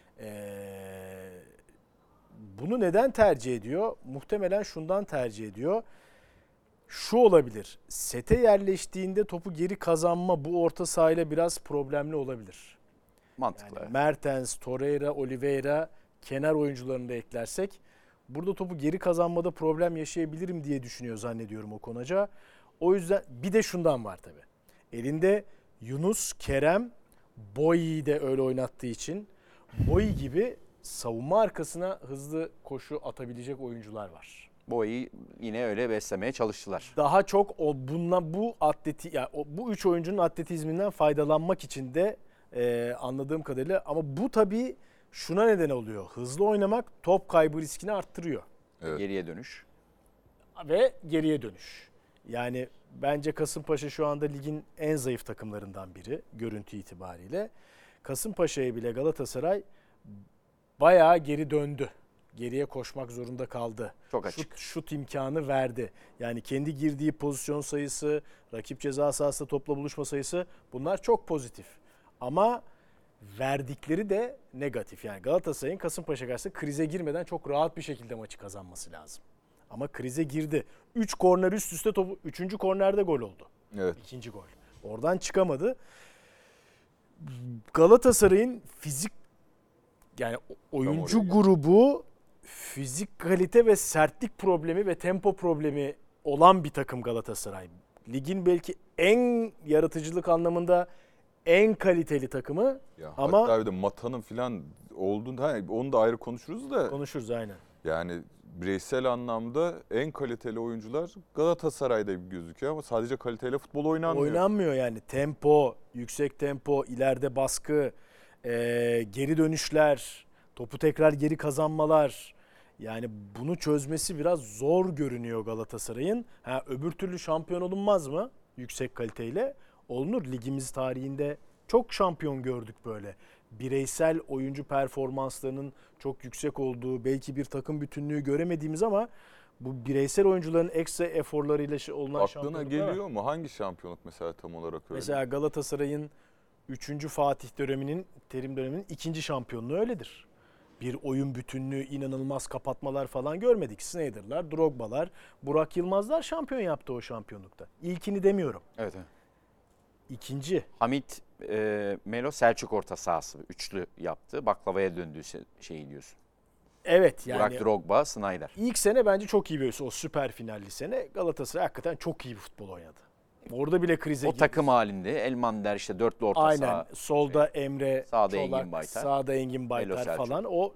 Bunu neden tercih ediyor? Muhtemelen şundan tercih ediyor. Şu olabilir. Sete yerleştiğinde topu geri kazanma bu orta sahayla biraz problemli olabilir. Mantıklı. Yani Mertens, Torreira, Oliveira kenar oyuncularını da eklersek burada topu geri kazanmada problem yaşayabilirim diye düşünüyor zannediyorum Okan Hoca. O yüzden bir de şundan var tabii. Elinde Yunus, Kerem, Boy'u de öyle oynattığı için Boy gibi savunma arkasına hızlı koşu atabilecek oyuncular var. Boy'u yine öyle beslemeye çalıştılar. Daha çok bu üç oyuncunun atletizminden faydalanmak için de anladığım kadarıyla, ama bu tabii şuna neden oluyor. Hızlı oynamak top kaybı riskini arttırıyor. Evet. Geriye dönüş. Ve geriye dönüş. Yani bence Kasımpaşa şu anda ligin en zayıf takımlarından biri görüntü itibariyle. Kasımpaşa'ya bile Galatasaray bayağı geri döndü. Geriye koşmak zorunda kaldı. Çok açık. Şut imkanı verdi. Yani kendi girdiği pozisyon sayısı, rakip ceza sahasında topla buluşma sayısı, bunlar çok pozitif. Ama verdikleri de negatif. Yani Galatasaray'ın Kasımpaşa karşısında krize girmeden çok rahat bir şekilde maçı kazanması lazım. Ama krize girdi. 3 korner üst üste topu, 3. kornerde gol oldu. Evet. 2. gol. Oradan çıkamadı. Galatasaray'ın fizik, yani oyuncu grubu fizik kalite ve sertlik problemi ve tempo problemi olan bir takım Galatasaray. Ligin belki en yaratıcılık anlamında en kaliteli takımı Ya ama hatta bir de Mata'nın falan olduğunda onu da ayrı konuşuruz da konuşuruz aynen. yani bireysel anlamda en kaliteli oyuncular Galatasaray'da gibi gözüküyor ama sadece kaliteli futbol oynanmıyor. Oynanmıyor yani. Tempo, yüksek tempo, ileride baskı, geri dönüşler, topu tekrar geri kazanmalar. Yani bunu çözmesi biraz zor görünüyor Galatasaray'ın. Öbür türlü şampiyon olunmaz mı? Yüksek kaliteyle. Olunur. Ligimiz tarihinde çok şampiyon gördük böyle. Bireysel oyuncu performanslarının çok yüksek olduğu, belki bir takım bütünlüğü göremediğimiz ama bu bireysel oyuncuların ekstra eforlarıyla olunan Aklına şampiyonluklar var. geliyor mu? Hangi şampiyonluk mesela tam olarak öyle? Mesela Galatasaray'ın 3. Fatih döneminin, Terim döneminin 2. şampiyonluğu öyledir. Bir oyun bütünlüğü, inanılmaz kapatmalar falan görmedik. Sneijder'lar, Drogba'lar, Burak Yılmazlar şampiyon yaptı o şampiyonlukta. İlkini demiyorum. Evet. İkinci. Hamit, Melo, Selçuk orta sahası üçlü yaptı. Baklavaya döndüğü şeyi diyorsun. Evet yani Burak, Drogba, Sneijder. ilk sene bence çok iyi bir o süper finalli sene. Galatasaray hakikaten çok iyi bir futbol oynadı. Orada bile krize O girdi. takım halinde Elmander işte dörtlü orta Aynen. saha. Solda Emre, Sağda Çolak, Engin Baytar. sağda Engin Melo Baytar Selçuk. falan. O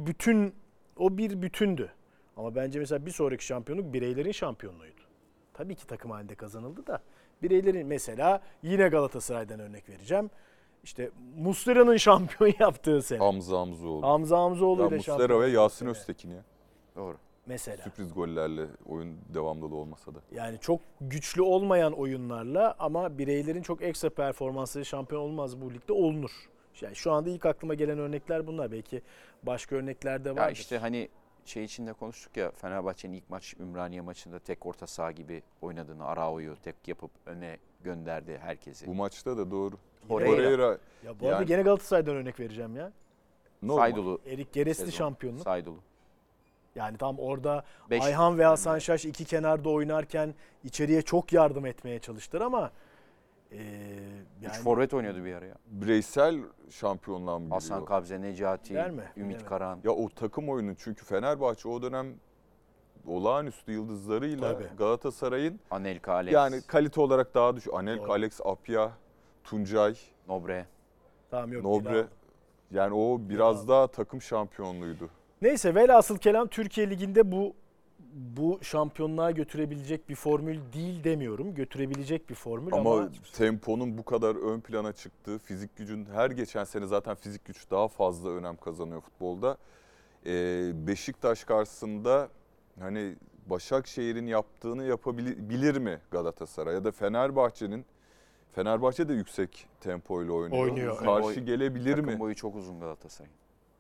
bir bütündü. Ama bence mesela bir sonraki şampiyonluk bireylerin şampiyonluğuydu. Tabii ki takım halinde kazanıldı da bireylerin, mesela yine Galatasaray'dan örnek vereceğim. İşte Muslera'nın şampiyon yaptığı sene. Hamza Hamzoğlu. Hamza Hamzoğlu Ya ile Muslera şampiyon ve yaptığı Yasin sene. Öztekin ya. Doğru. Mesela. Sürpriz gollerle oyun devamlılığı olmasa da. Yani çok güçlü olmayan oyunlarla ama bireylerin çok ekstra performansları şampiyon olmaz bu ligde olunur. Yani şu anda ilk aklıma gelen örnekler bunlar. Belki başka örnekler de vardır. Ya işte hani şey içinde konuştuk ya, Fenerbahçe'nin ilk maç Ümraniye maçında tek orta saha gibi oynadığını, Arao'yu tek yapıp öne gönderdi herkesi. Bu maçta da doğru. Torreira. Ya bu arada Yani- gene Galatasaray'dan örnek vereceğim ya. Normal. Saydulu Erik Geresli sezon. şampiyonluk. Saydulu. Yani tam orada Beş- Ayhan ve Hasan Şaş iki kenarda oynarken içeriye çok yardım etmeye çalıştılar ama Üç yani forvet oynuyordu bir ara ya. Bireysel şampiyonluğa mı Hasan giriyor? Kabze, Necati, Der mi? Ümit Evet. Karahan. Ya o takım oyunu, çünkü Fenerbahçe o dönem olağanüstü yıldızlarıyla Tabii. Galatasaray'ın Anelka, Alex, yani kalite olarak daha düşük. Anelka, Doğru. Alex, Apya, Tuncay, Nobre. tamam yok. Nobre. yine aldım. Yani o biraz daha takım şampiyonluğuydu. Neyse, velhasıl kelam Türkiye Ligi'nde bu şampiyonluğa götürebilecek bir formül değil demiyorum. Götürebilecek bir formül ama temponun bu kadar ön plana çıktığı, fizik gücün her geçen sene zaten fizik güç daha fazla önem kazanıyor futbolda. Beşiktaş karşısında hani Başakşehir'in yaptığını yapabilir mi Galatasaray, ya da Fenerbahçe de yüksek tempoyla oynuyor. Karşı Boy- gelebilir Takım mi? boyu çok uzun Galatasaray'ın.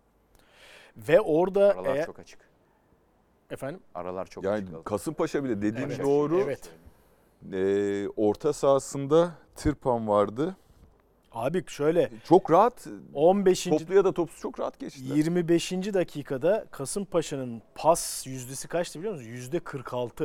ve orada Aralar çok açık. efendim Aralar çok Yani açık Galatasaray. Kasımpaşa bile dediğin Evet. doğru. Evet. Orta sahasında Tırpan vardı. Abi şöyle Çok rahat, 15. toplu ya da topsuz çok rahat geçtiler. 25. dakikada Kasımpaşa'nın pas yüzdesi kaçtı biliyor musun? %46.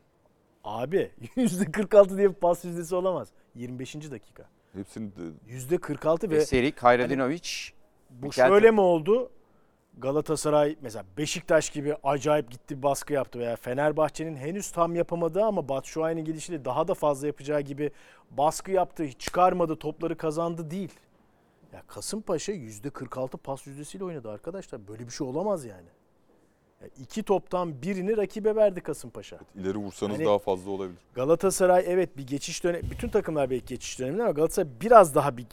Abi %46 diye bir pas yüzdesi olamaz. 25. dakika. Hepsini de %46 ve Eserik, Hayradinovic, bu Mikel şöyle mi oldu? Galatasaray mesela Beşiktaş gibi acayip gitti, baskı yaptı veya Fenerbahçe'nin henüz tam yapamadığı ama Batshuayi'nin gelişiyle daha da fazla yapacağı gibi baskı yaptı, hiç çıkarmadı, topları kazandı değil. Ya Kasımpaşa %46 pas yüzdesiyle oynadı arkadaşlar. Böyle bir şey olamaz yani. Ya iki toptan birini rakibe verdi Kasımpaşa. ileri vursanız Hani- daha fazla olabilir. Galatasaray evet bir geçiş dönemi, bütün takımlar belki geçiş döneminde ama Galatasaray biraz daha bir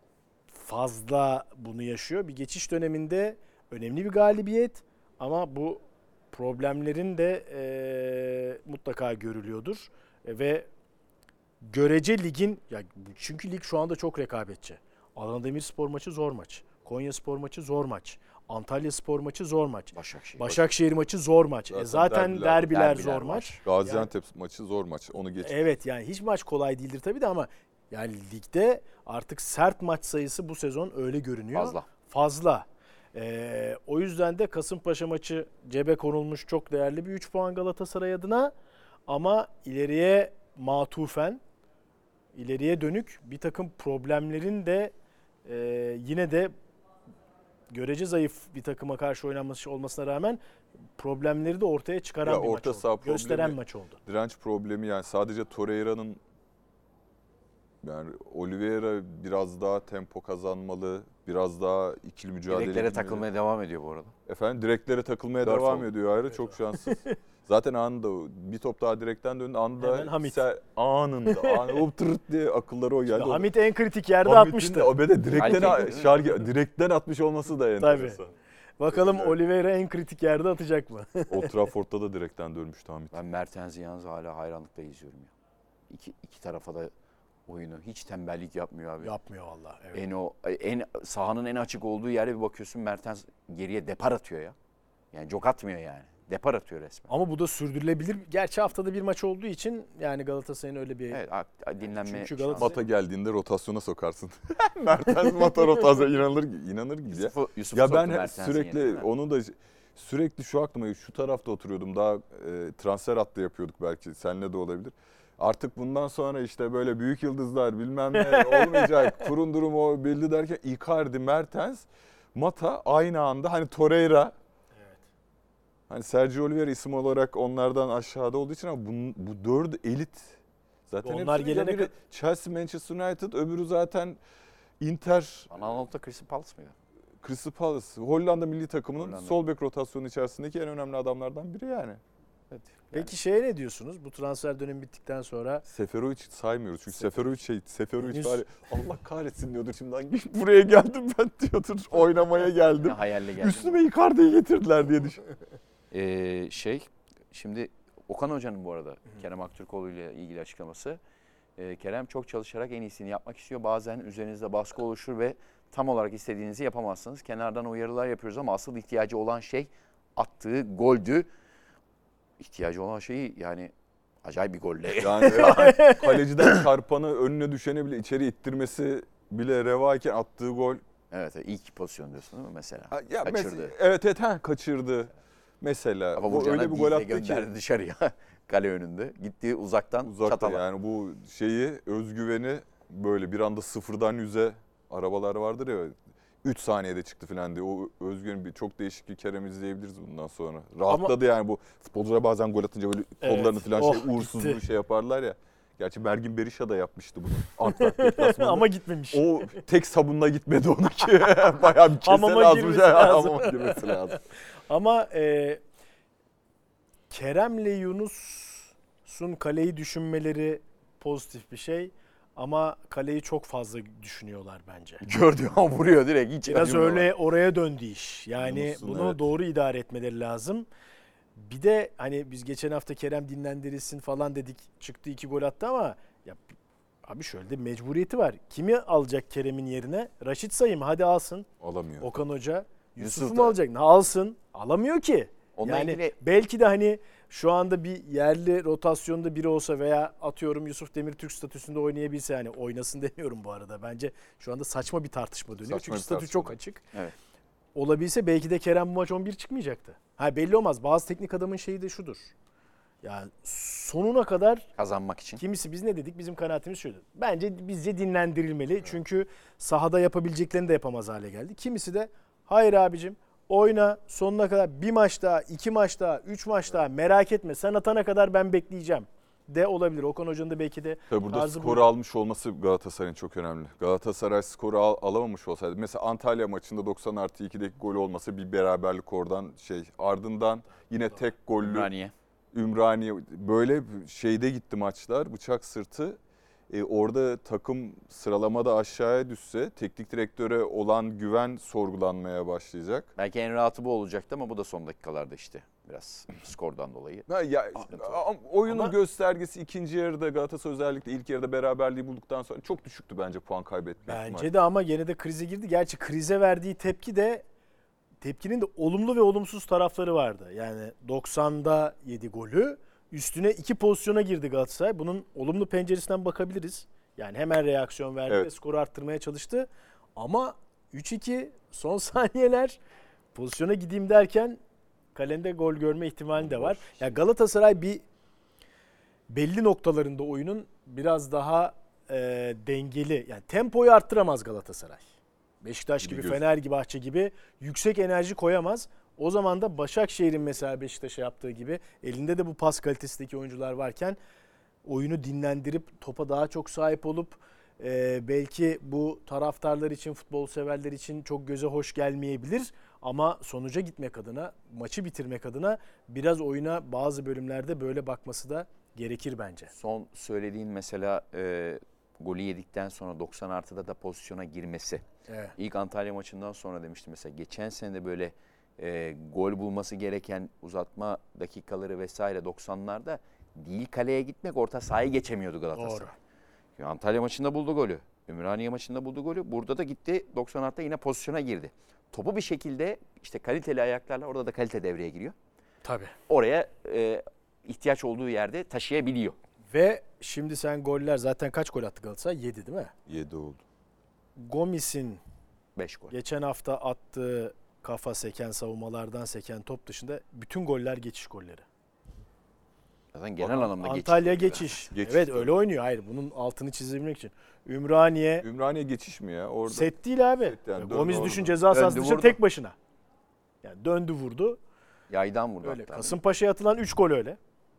fazla bunu yaşıyor. Bir geçiş döneminde önemli bir galibiyet ama bu problemlerin de mutlaka görülüyordur. Ve görece ligin, ya çünkü lig şu anda çok rekabetçi. Adana Demirspor maçı zor maç. Konyaspor maçı zor maç. Antalyaspor maçı zor maç. Başakşehir maçı zor maç. Zaten derbiler zor maç. Gaziantep maçı zor maç. Onu geç. Evet yani hiç maç kolay değildir tabii de ama yani ligde artık sert maç sayısı bu sezon öyle görünüyor. Fazla. O yüzden de Kasımpaşa maçı cebe konulmuş çok değerli bir 3 puan Galatasaray adına. Ama ileriye matufen, ileriye dönük bir takım problemlerin de yine de görece zayıf bir takıma karşı oynanması olmasına rağmen problemleri de ortaya çıkaran Ya bir maç orta oldu. saha Gösteren problemi- maç oldu. Direnç problemi, yani sadece Torreira'nın Yani Oliveira biraz daha tempo kazanmalı, biraz daha ikili mücadele Direklere etmeli. takılmaya devam ediyor bu arada. Efendim direklere takılmaya 4 devam oldu. ediyor ayrı. Çok şanssız. Zaten anında bir top daha direkten döndü. Hemen Hamit. Anında. O tırt diye akılları o geldi. Hamit en kritik yerde Hamit'in atmıştı. de o be de Halbuki- direkten atmış olması da enteresan. Bakalım Evet. Oliveira en kritik yerde atacak mı? Old Trafford'da da direkten dönmüştü Hamit. Ben Mertens'i yalnız hala hayranlıkla izliyorum ya. İki tarafa da oyunu hiç tembellik yapmıyor abi. Yapmıyor vallahi. Evet. En sahanın en açık olduğu yere bir bakıyorsun Mertens geriye depar atıyor ya. Yani jok atmıyor yani. Depar atıyor resmen. Ama bu da sürdürülebilir. Gerçi haftada bir maç olduğu için yani Galatasaray'ın öyle bir... Evet, dinlenme Çünkü şansı. Mata geldiğinde rotasyona sokarsın. Mertens Mata rotasyona inanır gibi ya. Yusuf Ya soktu ben Mertens'in yerine, değil sürekli mi? onu da sürekli şu aklıma şu tarafta oturuyordum. Daha transfer hattı yapıyorduk belki. Seninle de olabilir. Artık bundan sonra işte böyle büyük yıldızlar bilmem ne olmayacak. Kurun durumu belli derken Icardi, Mertens, Mata aynı anda hani Torreira. Evet. Hani Sergio Oliveira isim olarak onlardan aşağıda olduğu için ama bu dört elit. Zaten Onlar hepsinin gelene biri Chelsea, Manchester United, öbürü zaten Inter, Anadolu'da Crystal Palace mıydı? Crystal Palace, Hollanda milli takımının Hollanda. sol bek rotasyonu içerisindeki en önemli adamlardan biri yani. Evet. Peki şeye ne diyorsunuz? Bu transfer dönemi bittikten sonra Seferovic saymıyoruz çünkü Seferovic Henüz- var ya, Allah kahretsin diyordur şimdi hangi buraya geldim ben diyordur oynamaya geldim. Ne hayalle geldi. Üstüme Icardi'yi getirdiler diye düşün. Şimdi Okan Hoca'nın bu arada Kerem Aktürkoğlu ile ilgili açıklaması. Kerem çok çalışarak en iyisini yapmak istiyor. Bazen üzerinizde baskı oluşur ve tam olarak istediğinizi yapamazsınız. Kenardan uyarılar yapıyoruz ama asıl ihtiyacı olan şey attığı goldü. İhtiyacı olan şeyi yani acayip bir golle. Yani kaleciden çarpanı önüne düşeni bile içeri ittirmesi bile revayken attığı gol. Evet, ilk pozisyon diyorsun değil mi mesela? Ya Kaçırdı. Evet kaçırdı. Mesela Ama bu öyle bir gol attı ki gönderdi dışarıya kale önünde. Gitti uzaktan uzakta çatala. yani bu şeyi özgüveni böyle bir anda 0'dan 100'e arabalar vardır ya 3 saniyede çıktı falan diye. O özgüveni çok değişik bir Kerem izleyebiliriz bundan sonra. Rahatladı yani bu futbolcular bazen gol atınca böyle kollarını falan uğursuz gitti. bir şey yaparlar ya. Gerçi Mergin Berisha da yapmıştı bunu. Antwerp deplasmanında. ama gitmemiş. O tek sabunla gitmedi onunki. Bayağı bir kese Hamama lazım. girmesi lazım. Hamama girmesi lazım. Ama Kerem'le Yunus'un kaleyi düşünmeleri pozitif bir şey. Ama kaleyi çok fazla düşünüyorlar bence. Gördü ama vuruyor direkt. Hiç Biraz acımıyor. öyle oraya döndü iş. Yani Yunus'un, bunu evet. doğru idare etmeleri lazım. Bir de hani biz geçen hafta Kerem dinlendirilsin falan dedik. Çıktı 2 gol attı ama ya abi şöyle de mecburiyeti var. Kimi alacak Kerem'in yerine? Raşit Sayım hadi alsın. Alamıyor. Okan Hoca. Yusuf'u Yusuf mu da- alacak? Ne alsın? Alamıyor ki. Onunla Yani ilgili belki de hani şu anda bir yerli rotasyonda biri olsa veya atıyorum Yusuf Demirtürk statüsünde oynayabilse hani oynasın demiyorum bu arada. Bence şu anda saçma bir tartışma dönüyor. Saçma Çünkü bir statü tartışma. çok açık. Evet. Olabilse belki de Kerem bu maç 11 çıkmayacaktı. Ha belli olmaz. Bazı teknik adamın şeyi de şudur. Yani sonuna kadar kazanmak için. kimisi biz ne dedik? Bizim kanaatimiz şuydu. Bence bizce dinlendirilmeli. Çünkü sahada yapabileceklerini de yapamaz hale geldi. Kimisi de hayır abicim oyna sonuna kadar bir maç daha, 2 maç daha, 3 maç daha merak etme. Sen atana kadar ben bekleyeceğim de olabilir. Okan Hoca'nın da belki de Tabii burada tarzı skoru bu. almış olması Galatasaray'ın çok önemli. Galatasaray skoru alamamış olsaydı. Mesela Antalya maçında 90+2'deki gol olmasa bir beraberlik oradan ardından yine tek gollü Ümraniye. Ümraniye böyle şeyde gitti maçlar bıçak sırtı. Orada takım sıralamada aşağıya düşse teknik direktöre olan güven sorgulanmaya başlayacak. Belki en rahatı bu olacaktı ama bu da son dakikalarda işte biraz skordan dolayı. Oyunun Ama- göstergesi ikinci yarıda Galatasaray özellikle ilk yarıda beraberliği bulduktan sonra çok düşüktü bence puan kaybetme ihtimali. Bence de ama gene de krize girdi. Gerçi krize verdiği tepkinin de olumlu ve olumsuz tarafları vardı. Yani 90'da 7 golü, üstüne 2 pozisyona girdi Galatasaray. Bunun olumlu penceresinden bakabiliriz. Yani hemen reaksiyon verdi Evet. ve skoru arttırmaya çalıştı. Ama 3-2 son saniyeler pozisyona gideyim derken kalende gol görme ihtimali de var. Ya Galatasaray belli noktalarında oyunun biraz daha dengeli. Yani tempoyu arttıramaz Galatasaray. Beşiktaş gibi, Gibi Fenerbahçe gibi yüksek enerji koyamaz. O zaman da Başakşehir'in mesela Beşiktaş'a yaptığı gibi elinde de bu pas kalitesindeki oyuncular varken oyunu dinlendirip topa daha çok sahip olup Belki bu taraftarlar için, futbol severler için çok göze hoş gelmeyebilir. Ama sonuca gitmek adına, maçı bitirmek adına biraz oyuna bazı bölümlerde böyle bakması da gerekir bence. Son söylediğin mesela golü yedikten sonra 90 artıda da pozisyona girmesi. Evet. İlk Antalya maçından sonra demiştim mesela. Geçen sene de böyle gol bulması gereken uzatma dakikaları vesaire 90'larda değil kaleye gitmek, orta sahayı geçemiyordu Galatasaray. Doğru. Antalya maçında buldu golü. Ümraniye maçında buldu golü. Burada da gitti 90 artıda yine pozisyona girdi. Topu bir şekilde işte kaliteli ayaklarla, orada da kalite devreye giriyor. Tabii. Oraya ihtiyaç olduğu yerde taşıyabiliyor. Ve şimdi sen goller, zaten kaç gol attı Galatasaray? 7 değil mi? 7 oldu. Gomis'in 5 gol. geçen hafta attığı kafa seken, savunmalardan seken top dışında bütün goller geçiş golleri. Zaten genel anlamda Antalya geçiş. geçiş. Geçiş Evet tabii. öyle oynuyor. Hayır, bunun altını çizebilmek için. Ümraniye geçiş mi ya orada? set değil abi. Set yani, döndü Gomis orada. düşün, ceza sahası Döndü, dışında vurdu. tek başına. Yani döndü vurdu. Yaydan vurdu Öyle. hatta. Kasımpaşa'ya atılan 3 gol öyle.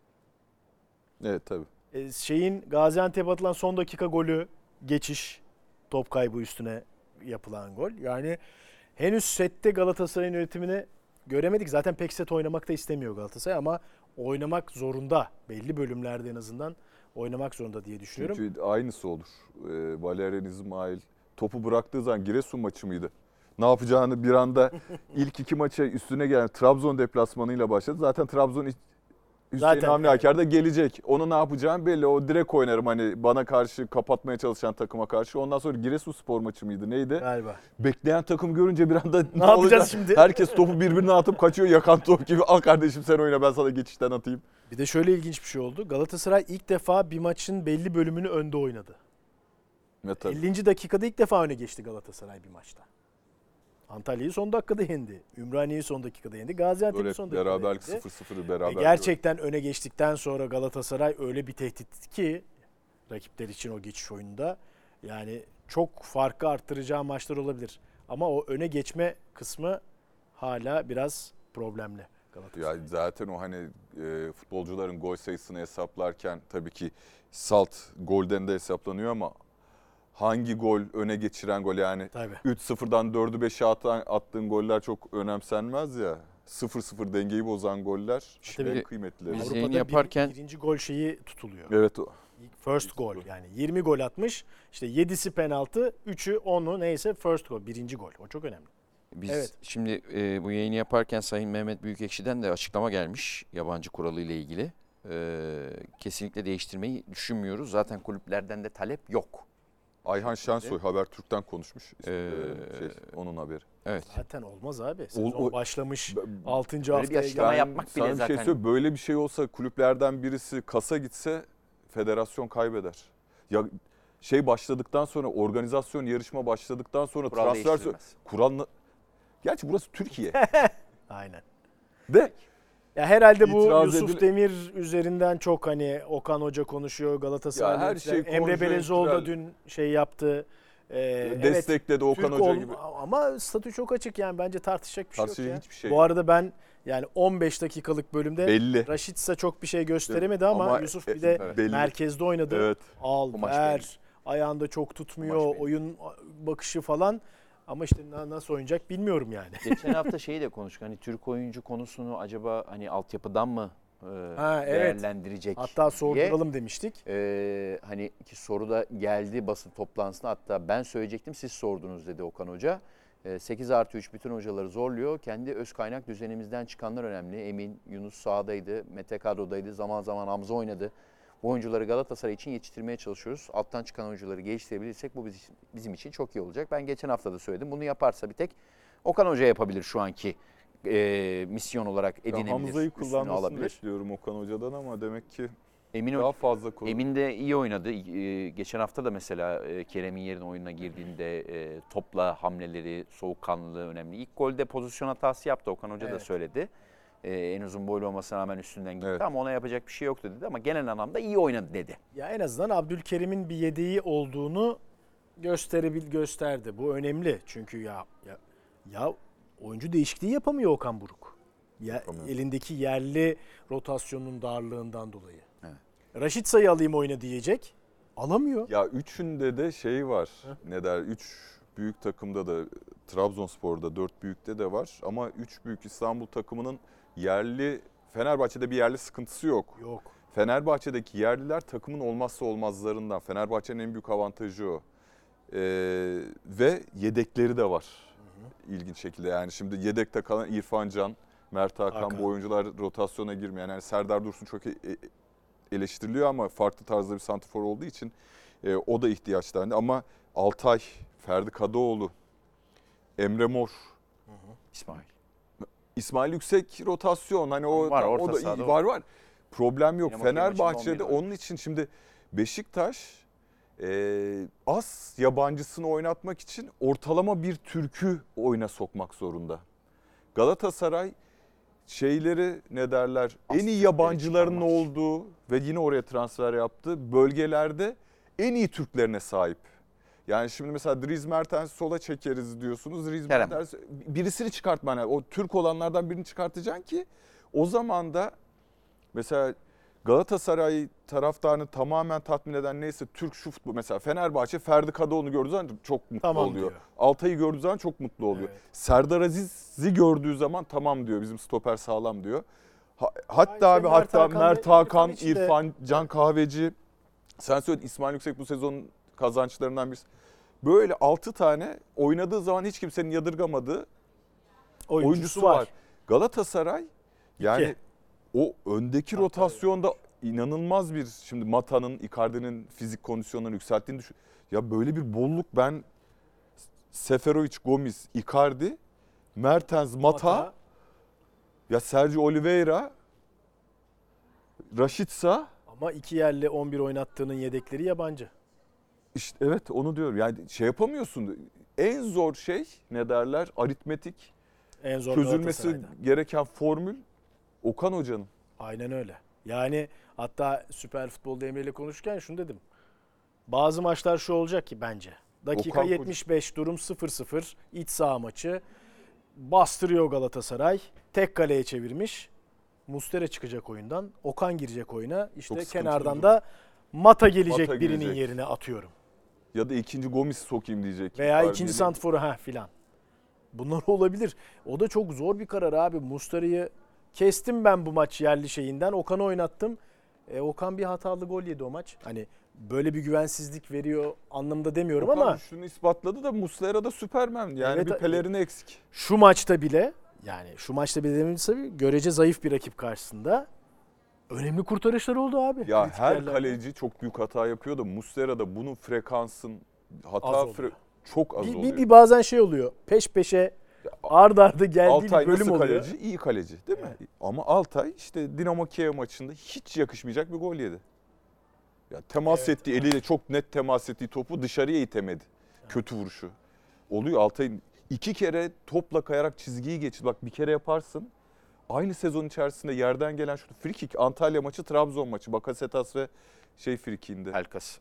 Evet tabii. Gaziantep'e atılan son dakika golü geçiş. Top kaybı üstüne yapılan gol. Yani henüz sette Galatasaray'ın yönetimini göremedik. Zaten pek set oynamak da istemiyor Galatasaray ama oynamak zorunda. Belli bölümlerde en azından oynamak zorunda diye düşünüyorum. Çünkü aynısı olur. Valerian İsmail topu bıraktığı zaman Giresun maçı mıydı? Ne yapacağını bir anda ilk 2 maça üstüne gelen Trabzon deplasmanıyla başladı. Zaten Trabzon Hüseyin Zaten, Avni evet. Aker de gelecek. Onu ne yapacağım belli. O direkt oynarım hani bana karşı, kapatmaya çalışan takıma karşı. Ondan sonra Giresunspor maçı mıydı neydi? Galiba. Bekleyen takım görünce bir anda ne yapacağız olacak? şimdi? Herkes topu birbirine atıp kaçıyor, yakan top gibi. Al kardeşim sen oyna, ben sana geçişten atayım. Bir de şöyle ilginç bir şey oldu. Galatasaray ilk defa bir maçın belli bölümünü önde oynadı. Ve tabii. 50. dakikada ilk defa öne geçti Galatasaray bir maçta. Antalya'yı son dakikada yendi. Ümraniye'yi son dakikada yendi. Gaziantep'i Böyle son dakikada beraberlik yendi. 0-0'ı beraber. Gerçekten öne geçtikten sonra Galatasaray öyle bir tehdit ki rakipler için o geçiş oyununda. Yani çok farkı arttıracağı maçlar olabilir. Ama o öne geçme kısmı hala biraz problemli Galatasaray. Ya zaten o hani futbolcuların gol sayısını hesaplarken tabii ki salt golden de hesaplanıyor ama hangi gol öne geçiren gol yani Tabii. 3-0'dan 4'ü 5'e attığın goller çok önemsenmez ya. 0-0 dengeyi bozan goller Tabii. en kıymetlileri. Biz- Avrupa'da yayını yaparken- birinci gol şeyi tutuluyor. Evet o. First goal yani 20 gol atmış. İşte 7'si penaltı, 3'ü 10'u neyse first goal, birinci gol. O çok önemli. Biz Evet. şimdi bu yayını yaparken Sayın Mehmet Büyükekşi'den de açıklama gelmiş yabancı kuralı ile ilgili. Kesinlikle değiştirmeyi düşünmüyoruz. Zaten kulüplerden de talep yok. Ayhan Şensoy Habertürk'ten konuşmuş. Onun haberi. Evet. Zaten olmaz abi. Sezon O- başlamış. Ben- 6. Böyle bir haftaya açıklama geldi. yapmak Sana bile bir şey zaten. söyleyeyim, böyle bir şey olsa kulüplerden birisi kasa gitse federasyon kaybeder. Ya başladıktan sonra, organizasyon yarışma başladıktan sonra Kural transfer değiştirilmez. kural. Gerçi burası Türkiye. Aynen. De Ya herhalde bu İtiraz Yusuf edil- Demir üzerinden çok hani Okan Hoca konuşuyor, Galatasaray. Ya her şey Emre Belezoğlu da konjonktürel. dün yaptı. Evet, destekledi Okan Türk Hoca ol- gibi. ama statü çok açık yani bence tartışacak bir şey yok Tartışacak ya. hiçbir şey Bu yok. arada ben yani 15 dakikalık bölümde Belli. Raşitsa çok bir şey gösteremedi ama Yusuf bir de belli. merkezde oynadı. Evet. Al, O maç ver, ayağında çok tutmuyor, O maç belli. oyun bakışı falan. Ama işte nasıl oynayacak bilmiyorum yani. Geçen hafta şeyi de konuştuk. Hani Türk oyuncu konusunu acaba hani altyapıdan mı Evet. değerlendirecek Hatta diye. sorduralım demiştik. Hani ki soru da geldi basın toplantısında, hatta ben söyleyecektim siz sordunuz dedi Okan Hoca. 8+3 bütün hocaları zorluyor. Kendi öz kaynak düzenimizden çıkanlar önemli. Emin, Yunus sahadaydı, Mete kadrodaydı, zaman zaman Hamza oynadı. Bu oyuncuları Galatasaray için yetiştirmeye çalışıyoruz. Alttan çıkan oyuncuları geliştirebilirsek bu bizim için çok iyi olacak. Ben geçen hafta da söyledim. Bunu yaparsa bir tek Okan Hoca yapabilir şu anki misyon olarak edinebilir. Hamza'yı üstünü kullanmasını alabilir. bekliyorum Okan Hoca'dan ama demek ki Emin daha fazla konu. Emin de iyi oynadı. Geçen hafta da mesela Kerem'in yerine oyuna girdiğinde topla hamleleri, soğukkanlılığı önemli. İlk golde pozisyon hatası yaptı. Okan Hoca da Evet. söyledi. En uzun boylu olmasına rağmen üstünden gitti Evet. ama ona yapacak bir şey yoktu dedi. Ama genel anlamda iyi oynadı dedi. Ya en azından Abdülkerim'in bir yedeği olduğunu gösterdi. Bu önemli. Çünkü ya oyuncu değişikliği yapamıyor Okan Buruk. Yapamıyor. Elindeki yerli rotasyonun darlığından dolayı. Evet. Raşitsa'yı alayım oyuna diyecek. Alamıyor. Ya üçünde de şey var. Ne der? 3 büyük takımda da, Trabzonspor'da 4 büyükte de var. Ama 3 büyük İstanbul takımının yerli, Fenerbahçe'de bir yerli sıkıntısı yok. Yok. Fenerbahçe'deki yerliler takımın olmazsa olmazlarından. Fenerbahçe'nin en büyük avantajı o. Ve yedekleri de var. İlginç şekilde yani şimdi yedekte kalan İrfan Can, Mert Hakan, bu oyuncular rotasyona girmeyen. Yani Serdar Dursun çok eleştiriliyor ama farklı tarzda bir santrfor olduğu için o da ihtiyaçlarında. Ama Altay, Ferdi Kadıoğlu, Emre Mor, İsmail Yüksek rotasyon. Hani o var, o da var. Problem yok. Fenerbahçe'de onun için şimdi Beşiktaş az yabancısını oynatmak için ortalama bir Türk'ü oyuna sokmak zorunda. Galatasaray şeyleri ne derler? En iyi yabancıların olduğu ve yine oraya transfer yaptığı bölgelerde en iyi Türklerine sahip. Yani şimdi mesela Dries Mertens'i sola çekeriz diyorsunuz. Dries Mertens birisini çıkartman yani o Türk olanlardan birini çıkartacaksın ki o zaman da mesela Galatasaray taraftarını tamamen tatmin eden neyse Türk şu futbol. Mesela Fenerbahçe Ferdi Kadıoğlu'nu gördüğü zaman çok mutlu oluyor. Diyor. Altay'ı gördüğü zaman çok mutlu oluyor. Evet. Serdar Aziz'i gördüğü zaman tamam diyor, bizim stoper sağlam diyor. Hatta Mert Hakan, İrfan Can Kahveci. Sen söyledin, İsmail Yüksek bu sezonun kazançlarından birisi. Böyle 6 tane oynadığı zaman hiç kimsenin yadırgamadığı oyuncusu var. Galatasaray yani o öndeki rotasyonda inanılmaz bir, şimdi Mata'nın, Icardi'nin fizik kondisyonlarını yükselttiğini düşün. Ya böyle bir bolluk, ben Seferovic, Gomis, Icardi, Mertens, Mata, ya Sergio Oliveira, Rashica. Ama 2 yerli 11 oynattığının yedekleri yabancı. İşte evet, onu diyorum. Yani şey yapamıyorsun. En zor şey ne derler? Aritmetik. En zor çözülmesi gereken formül Okan Hoca'nın. Aynen öyle. Yani hatta Süper Futbol'da Emre ile konuşurken şunu dedim. Bazı maçlar şu olacak ki bence. Dakika Okan 75 durum 0-0 iç saha maçı. Bastırıyor Galatasaray. Tek kaleye çevirmiş. Muslera çıkacak oyundan. Okan girecek oyuna. İşte kenardan da Mata gelecek, birinin yerine atıyorum. Ya da ikinci Gomis sokayım diyecek. Veya ikinci santrforu filan. Bunlar olabilir. O da çok zor bir karar abi. Muslera'yı kestim ben bu maç yerli şeyinden. Okan'ı oynattım. Okan bir hatalı gol yedi o maç. Hani böyle bir güvensizlik veriyor anlamda demiyorum Okan ama. Şunu ispatladı da Muslera da Süpermen. Yani evet, bir pelerini eksik. Şu maçta bile dememiz tabii görece zayıf bir rakip karşısında önemli kurtarışlar oldu abi. Ya her kaleci çok büyük hata yapıyor da Muslera'da bunun frekansın çok az oluyor. Bir bazen şey oluyor. Peş peşe ard arda geldiği bir bölüm oluyor. Kaleci? İyi kaleci değil mi? Ama Altay işte Dinamo Kiev maçında hiç yakışmayacak bir gol yedi. Ya temas ettiği, eliyle çok net temas ettiği topu dışarıya itemedi. Evet. Kötü vuruşu. Oluyor Altay'ın 2 kere topla kayarak çizgiyi geçti. Bak bir kere yaparsın. Aynı sezon içerisinde yerden gelen şu free kick, Antalya maçı, Trabzon maçı, Bakasetas ve free kick'inde. Pelkas.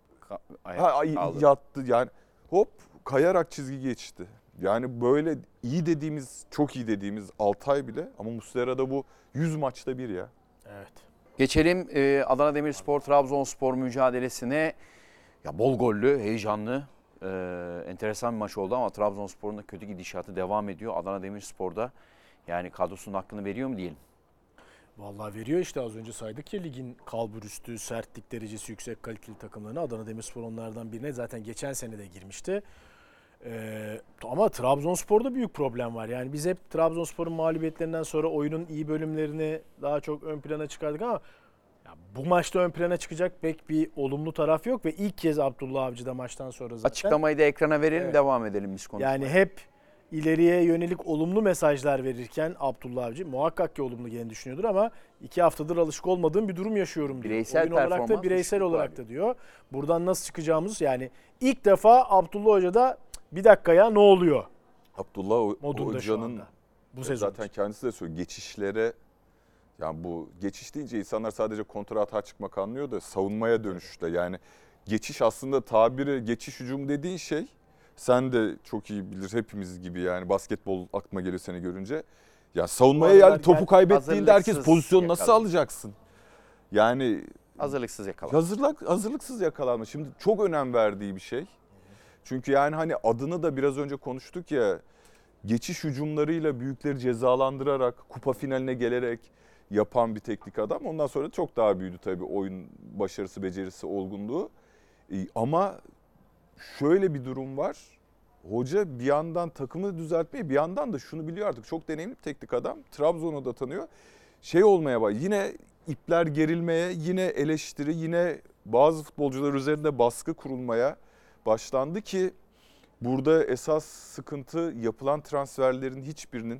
Yattı yani, hop kayarak çizgi geçti. Yani böyle iyi dediğimiz, çok iyi dediğimiz Altay bile, ama Muslera'da bu 100 maçta bir ya. Evet. Geçelim Adana Demirspor Trabzonspor mücadelesine. Ya bol gollü, heyecanlı, enteresan bir maç oldu ama Trabzonspor'un da kötü gidişatı devam ediyor. Adana Demirspor'da yani kadrosunun hakkını veriyor mu diyelim? Vallahi veriyor işte, az önce saydık ya ligin kalburüstü, sertlik derecesi yüksek kaliteli takımlarını. Adana Demirspor onlardan birine zaten geçen sene de girmişti. Ama Trabzonspor'da büyük problem var. Yani biz hep Trabzonspor'un mağlubiyetlerinden sonra oyunun iyi bölümlerini daha çok ön plana çıkardık ama bu maçta ön plana çıkacak pek bir olumlu taraf yok ve ilk kez Abdullah Avcı da maçtan sonra zaten. Açıklamayı da ekrana verelim, devam edelim biz konuşmaya. Yani hep ileriye yönelik olumlu mesajlar verirken Abdullah Avcı muhakkak ki olumlu geleni düşünüyordur ama 2 haftadır alışık olmadığım bir durum yaşıyorum diyor. Bireysel oyun olarak da bireysel olarak da diyor. Buradan nasıl çıkacağımız, yani ilk defa Abdullah Hoca'da bir dakika ya ne oluyor? Abdullah Hoca'nın bu sezon zaten kendisi de söylüyor, geçişlere, yani bu geçiş deyince insanlar sadece kontra atağa çıkmak anlıyor da savunmaya dönüşte, yani geçiş aslında tabiri geçiş hücum dediğin şey, sen de çok iyi bilir, hepimiz gibi yani, basketbol aklıma geliyor seni görünce. Ya savunmaya topu kaybettiğinde herkes pozisyonu nasıl alacaksın? Yani Hazırlıksız yakalandı. Hazırlıksız yakalanma. Şimdi çok önem verdiği bir şey. Çünkü yani hani adını da biraz önce konuştuk ya, geçiş hücumlarıyla büyükleri cezalandırarak kupa finaline gelerek yapan bir teknik adam. Ondan sonra çok daha büyüdü tabii oyun başarısı, becerisi, olgunluğu. Ama şöyle bir durum var. Hoca bir yandan takımı düzeltmeyi, bir yandan da şunu biliyor artık. Çok deneyimli bir teknik adam. Trabzon'u da tanıyor. Şey olmaya bak, yine ipler gerilmeye, yine eleştiri, yine bazı futbolcular üzerinde baskı kurulmaya başlandı ki burada esas sıkıntı yapılan transferlerin hiçbirinin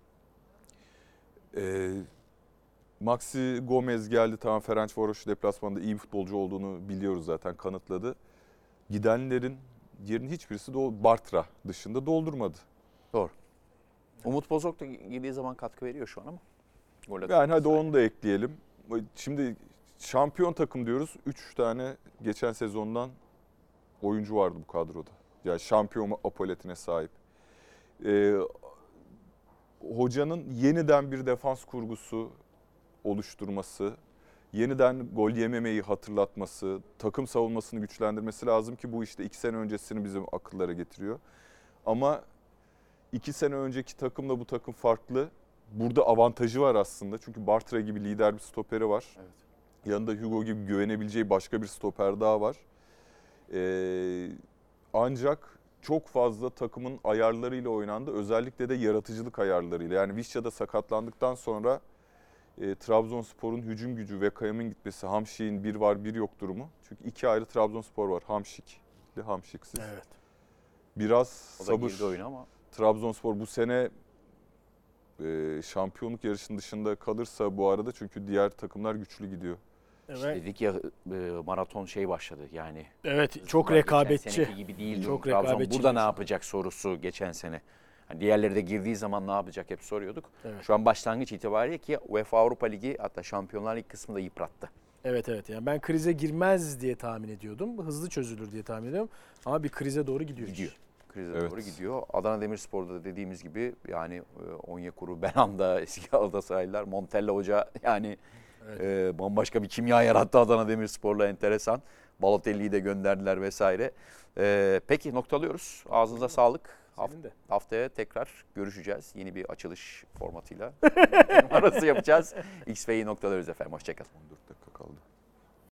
Maxi Gomez geldi, tamam, Ferencvaroş deplasmanda iyi bir futbolcu olduğunu biliyoruz zaten, kanıtladı. Gidenlerin yerini hiçbirisi Bartra dışında doldurmadı. Doğru. Umut Bozok da girdiği zaman katkı veriyor şu an ama. Yani hadi onu da ekleyelim. Şimdi şampiyon takım diyoruz. 3 tane geçen sezondan oyuncu vardı bu kadroda. Yani şampiyon apoletine sahip. Hocanın yeniden bir defans kurgusu oluşturması, yeniden gol yememeyi hatırlatması, takım savunmasını güçlendirmesi lazım ki bu işte 2 sene öncesini bizim akıllara getiriyor. Ama 2 sene önceki takımla bu takım farklı. Burada avantajı var aslında. Çünkü Bartra gibi lider bir stoperi var. Evet. Yanında Hugo gibi güvenebileceği başka bir stoper daha var. Ancak çok fazla takımın ayarlarıyla oynandı. Özellikle de yaratıcılık ayarlarıyla. Yani Vişça'da sakatlandıktan sonra Trabzonspor'un hücum gücü ve Kayam'ın gitmesi, Hamşik'in bir var bir yok durumu. Çünkü 2 ayrı Trabzonspor var. Hamşik'li, Hamşik'siz. Evet. Biraz O da sabır. girdi oyuna ama. Trabzonspor bu sene şampiyonluk yarışının dışında kalırsa bu arada, çünkü diğer takımlar güçlü gidiyor. Evet. Dedik ya maraton başladı yani. Evet, çok Geçen rekabetçi. seneki gibi değil. Çok Trabzon rekabetçi burada bir ne sene. yapacak sorusu geçen sene. Hani diğerleri de girdiği zaman ne yapacak hep soruyorduk. Evet. Şu an başlangıç itibariyle ki UEFA Avrupa Ligi hatta Şampiyonlar Ligi kısmı da yıprattı. Evet. Yani ben krize girmez diye tahmin ediyordum. Hızlı çözülür diye tahmin ediyorum. Ama bir krize doğru gidiyor. Krize Evet. doğru gidiyor. Adana Demirspor'da da dediğimiz gibi yani Onyekuru, Belhanda, eski Galatasaraylılar, Montella Hoca yani bambaşka bir kimya yarattı Adana Demirspor'la, enteresan. Balotelli'yi de gönderdiler vesaire. Peki noktalıyoruz. Ağzınıza sağlık. Senin de. Haftaya tekrar görüşeceğiz. Yeni bir açılış formatıyla. Arası yapacağız. X ve Y noktalıyoruz efendim. Hoşçakalın. 14 dakika kaldı.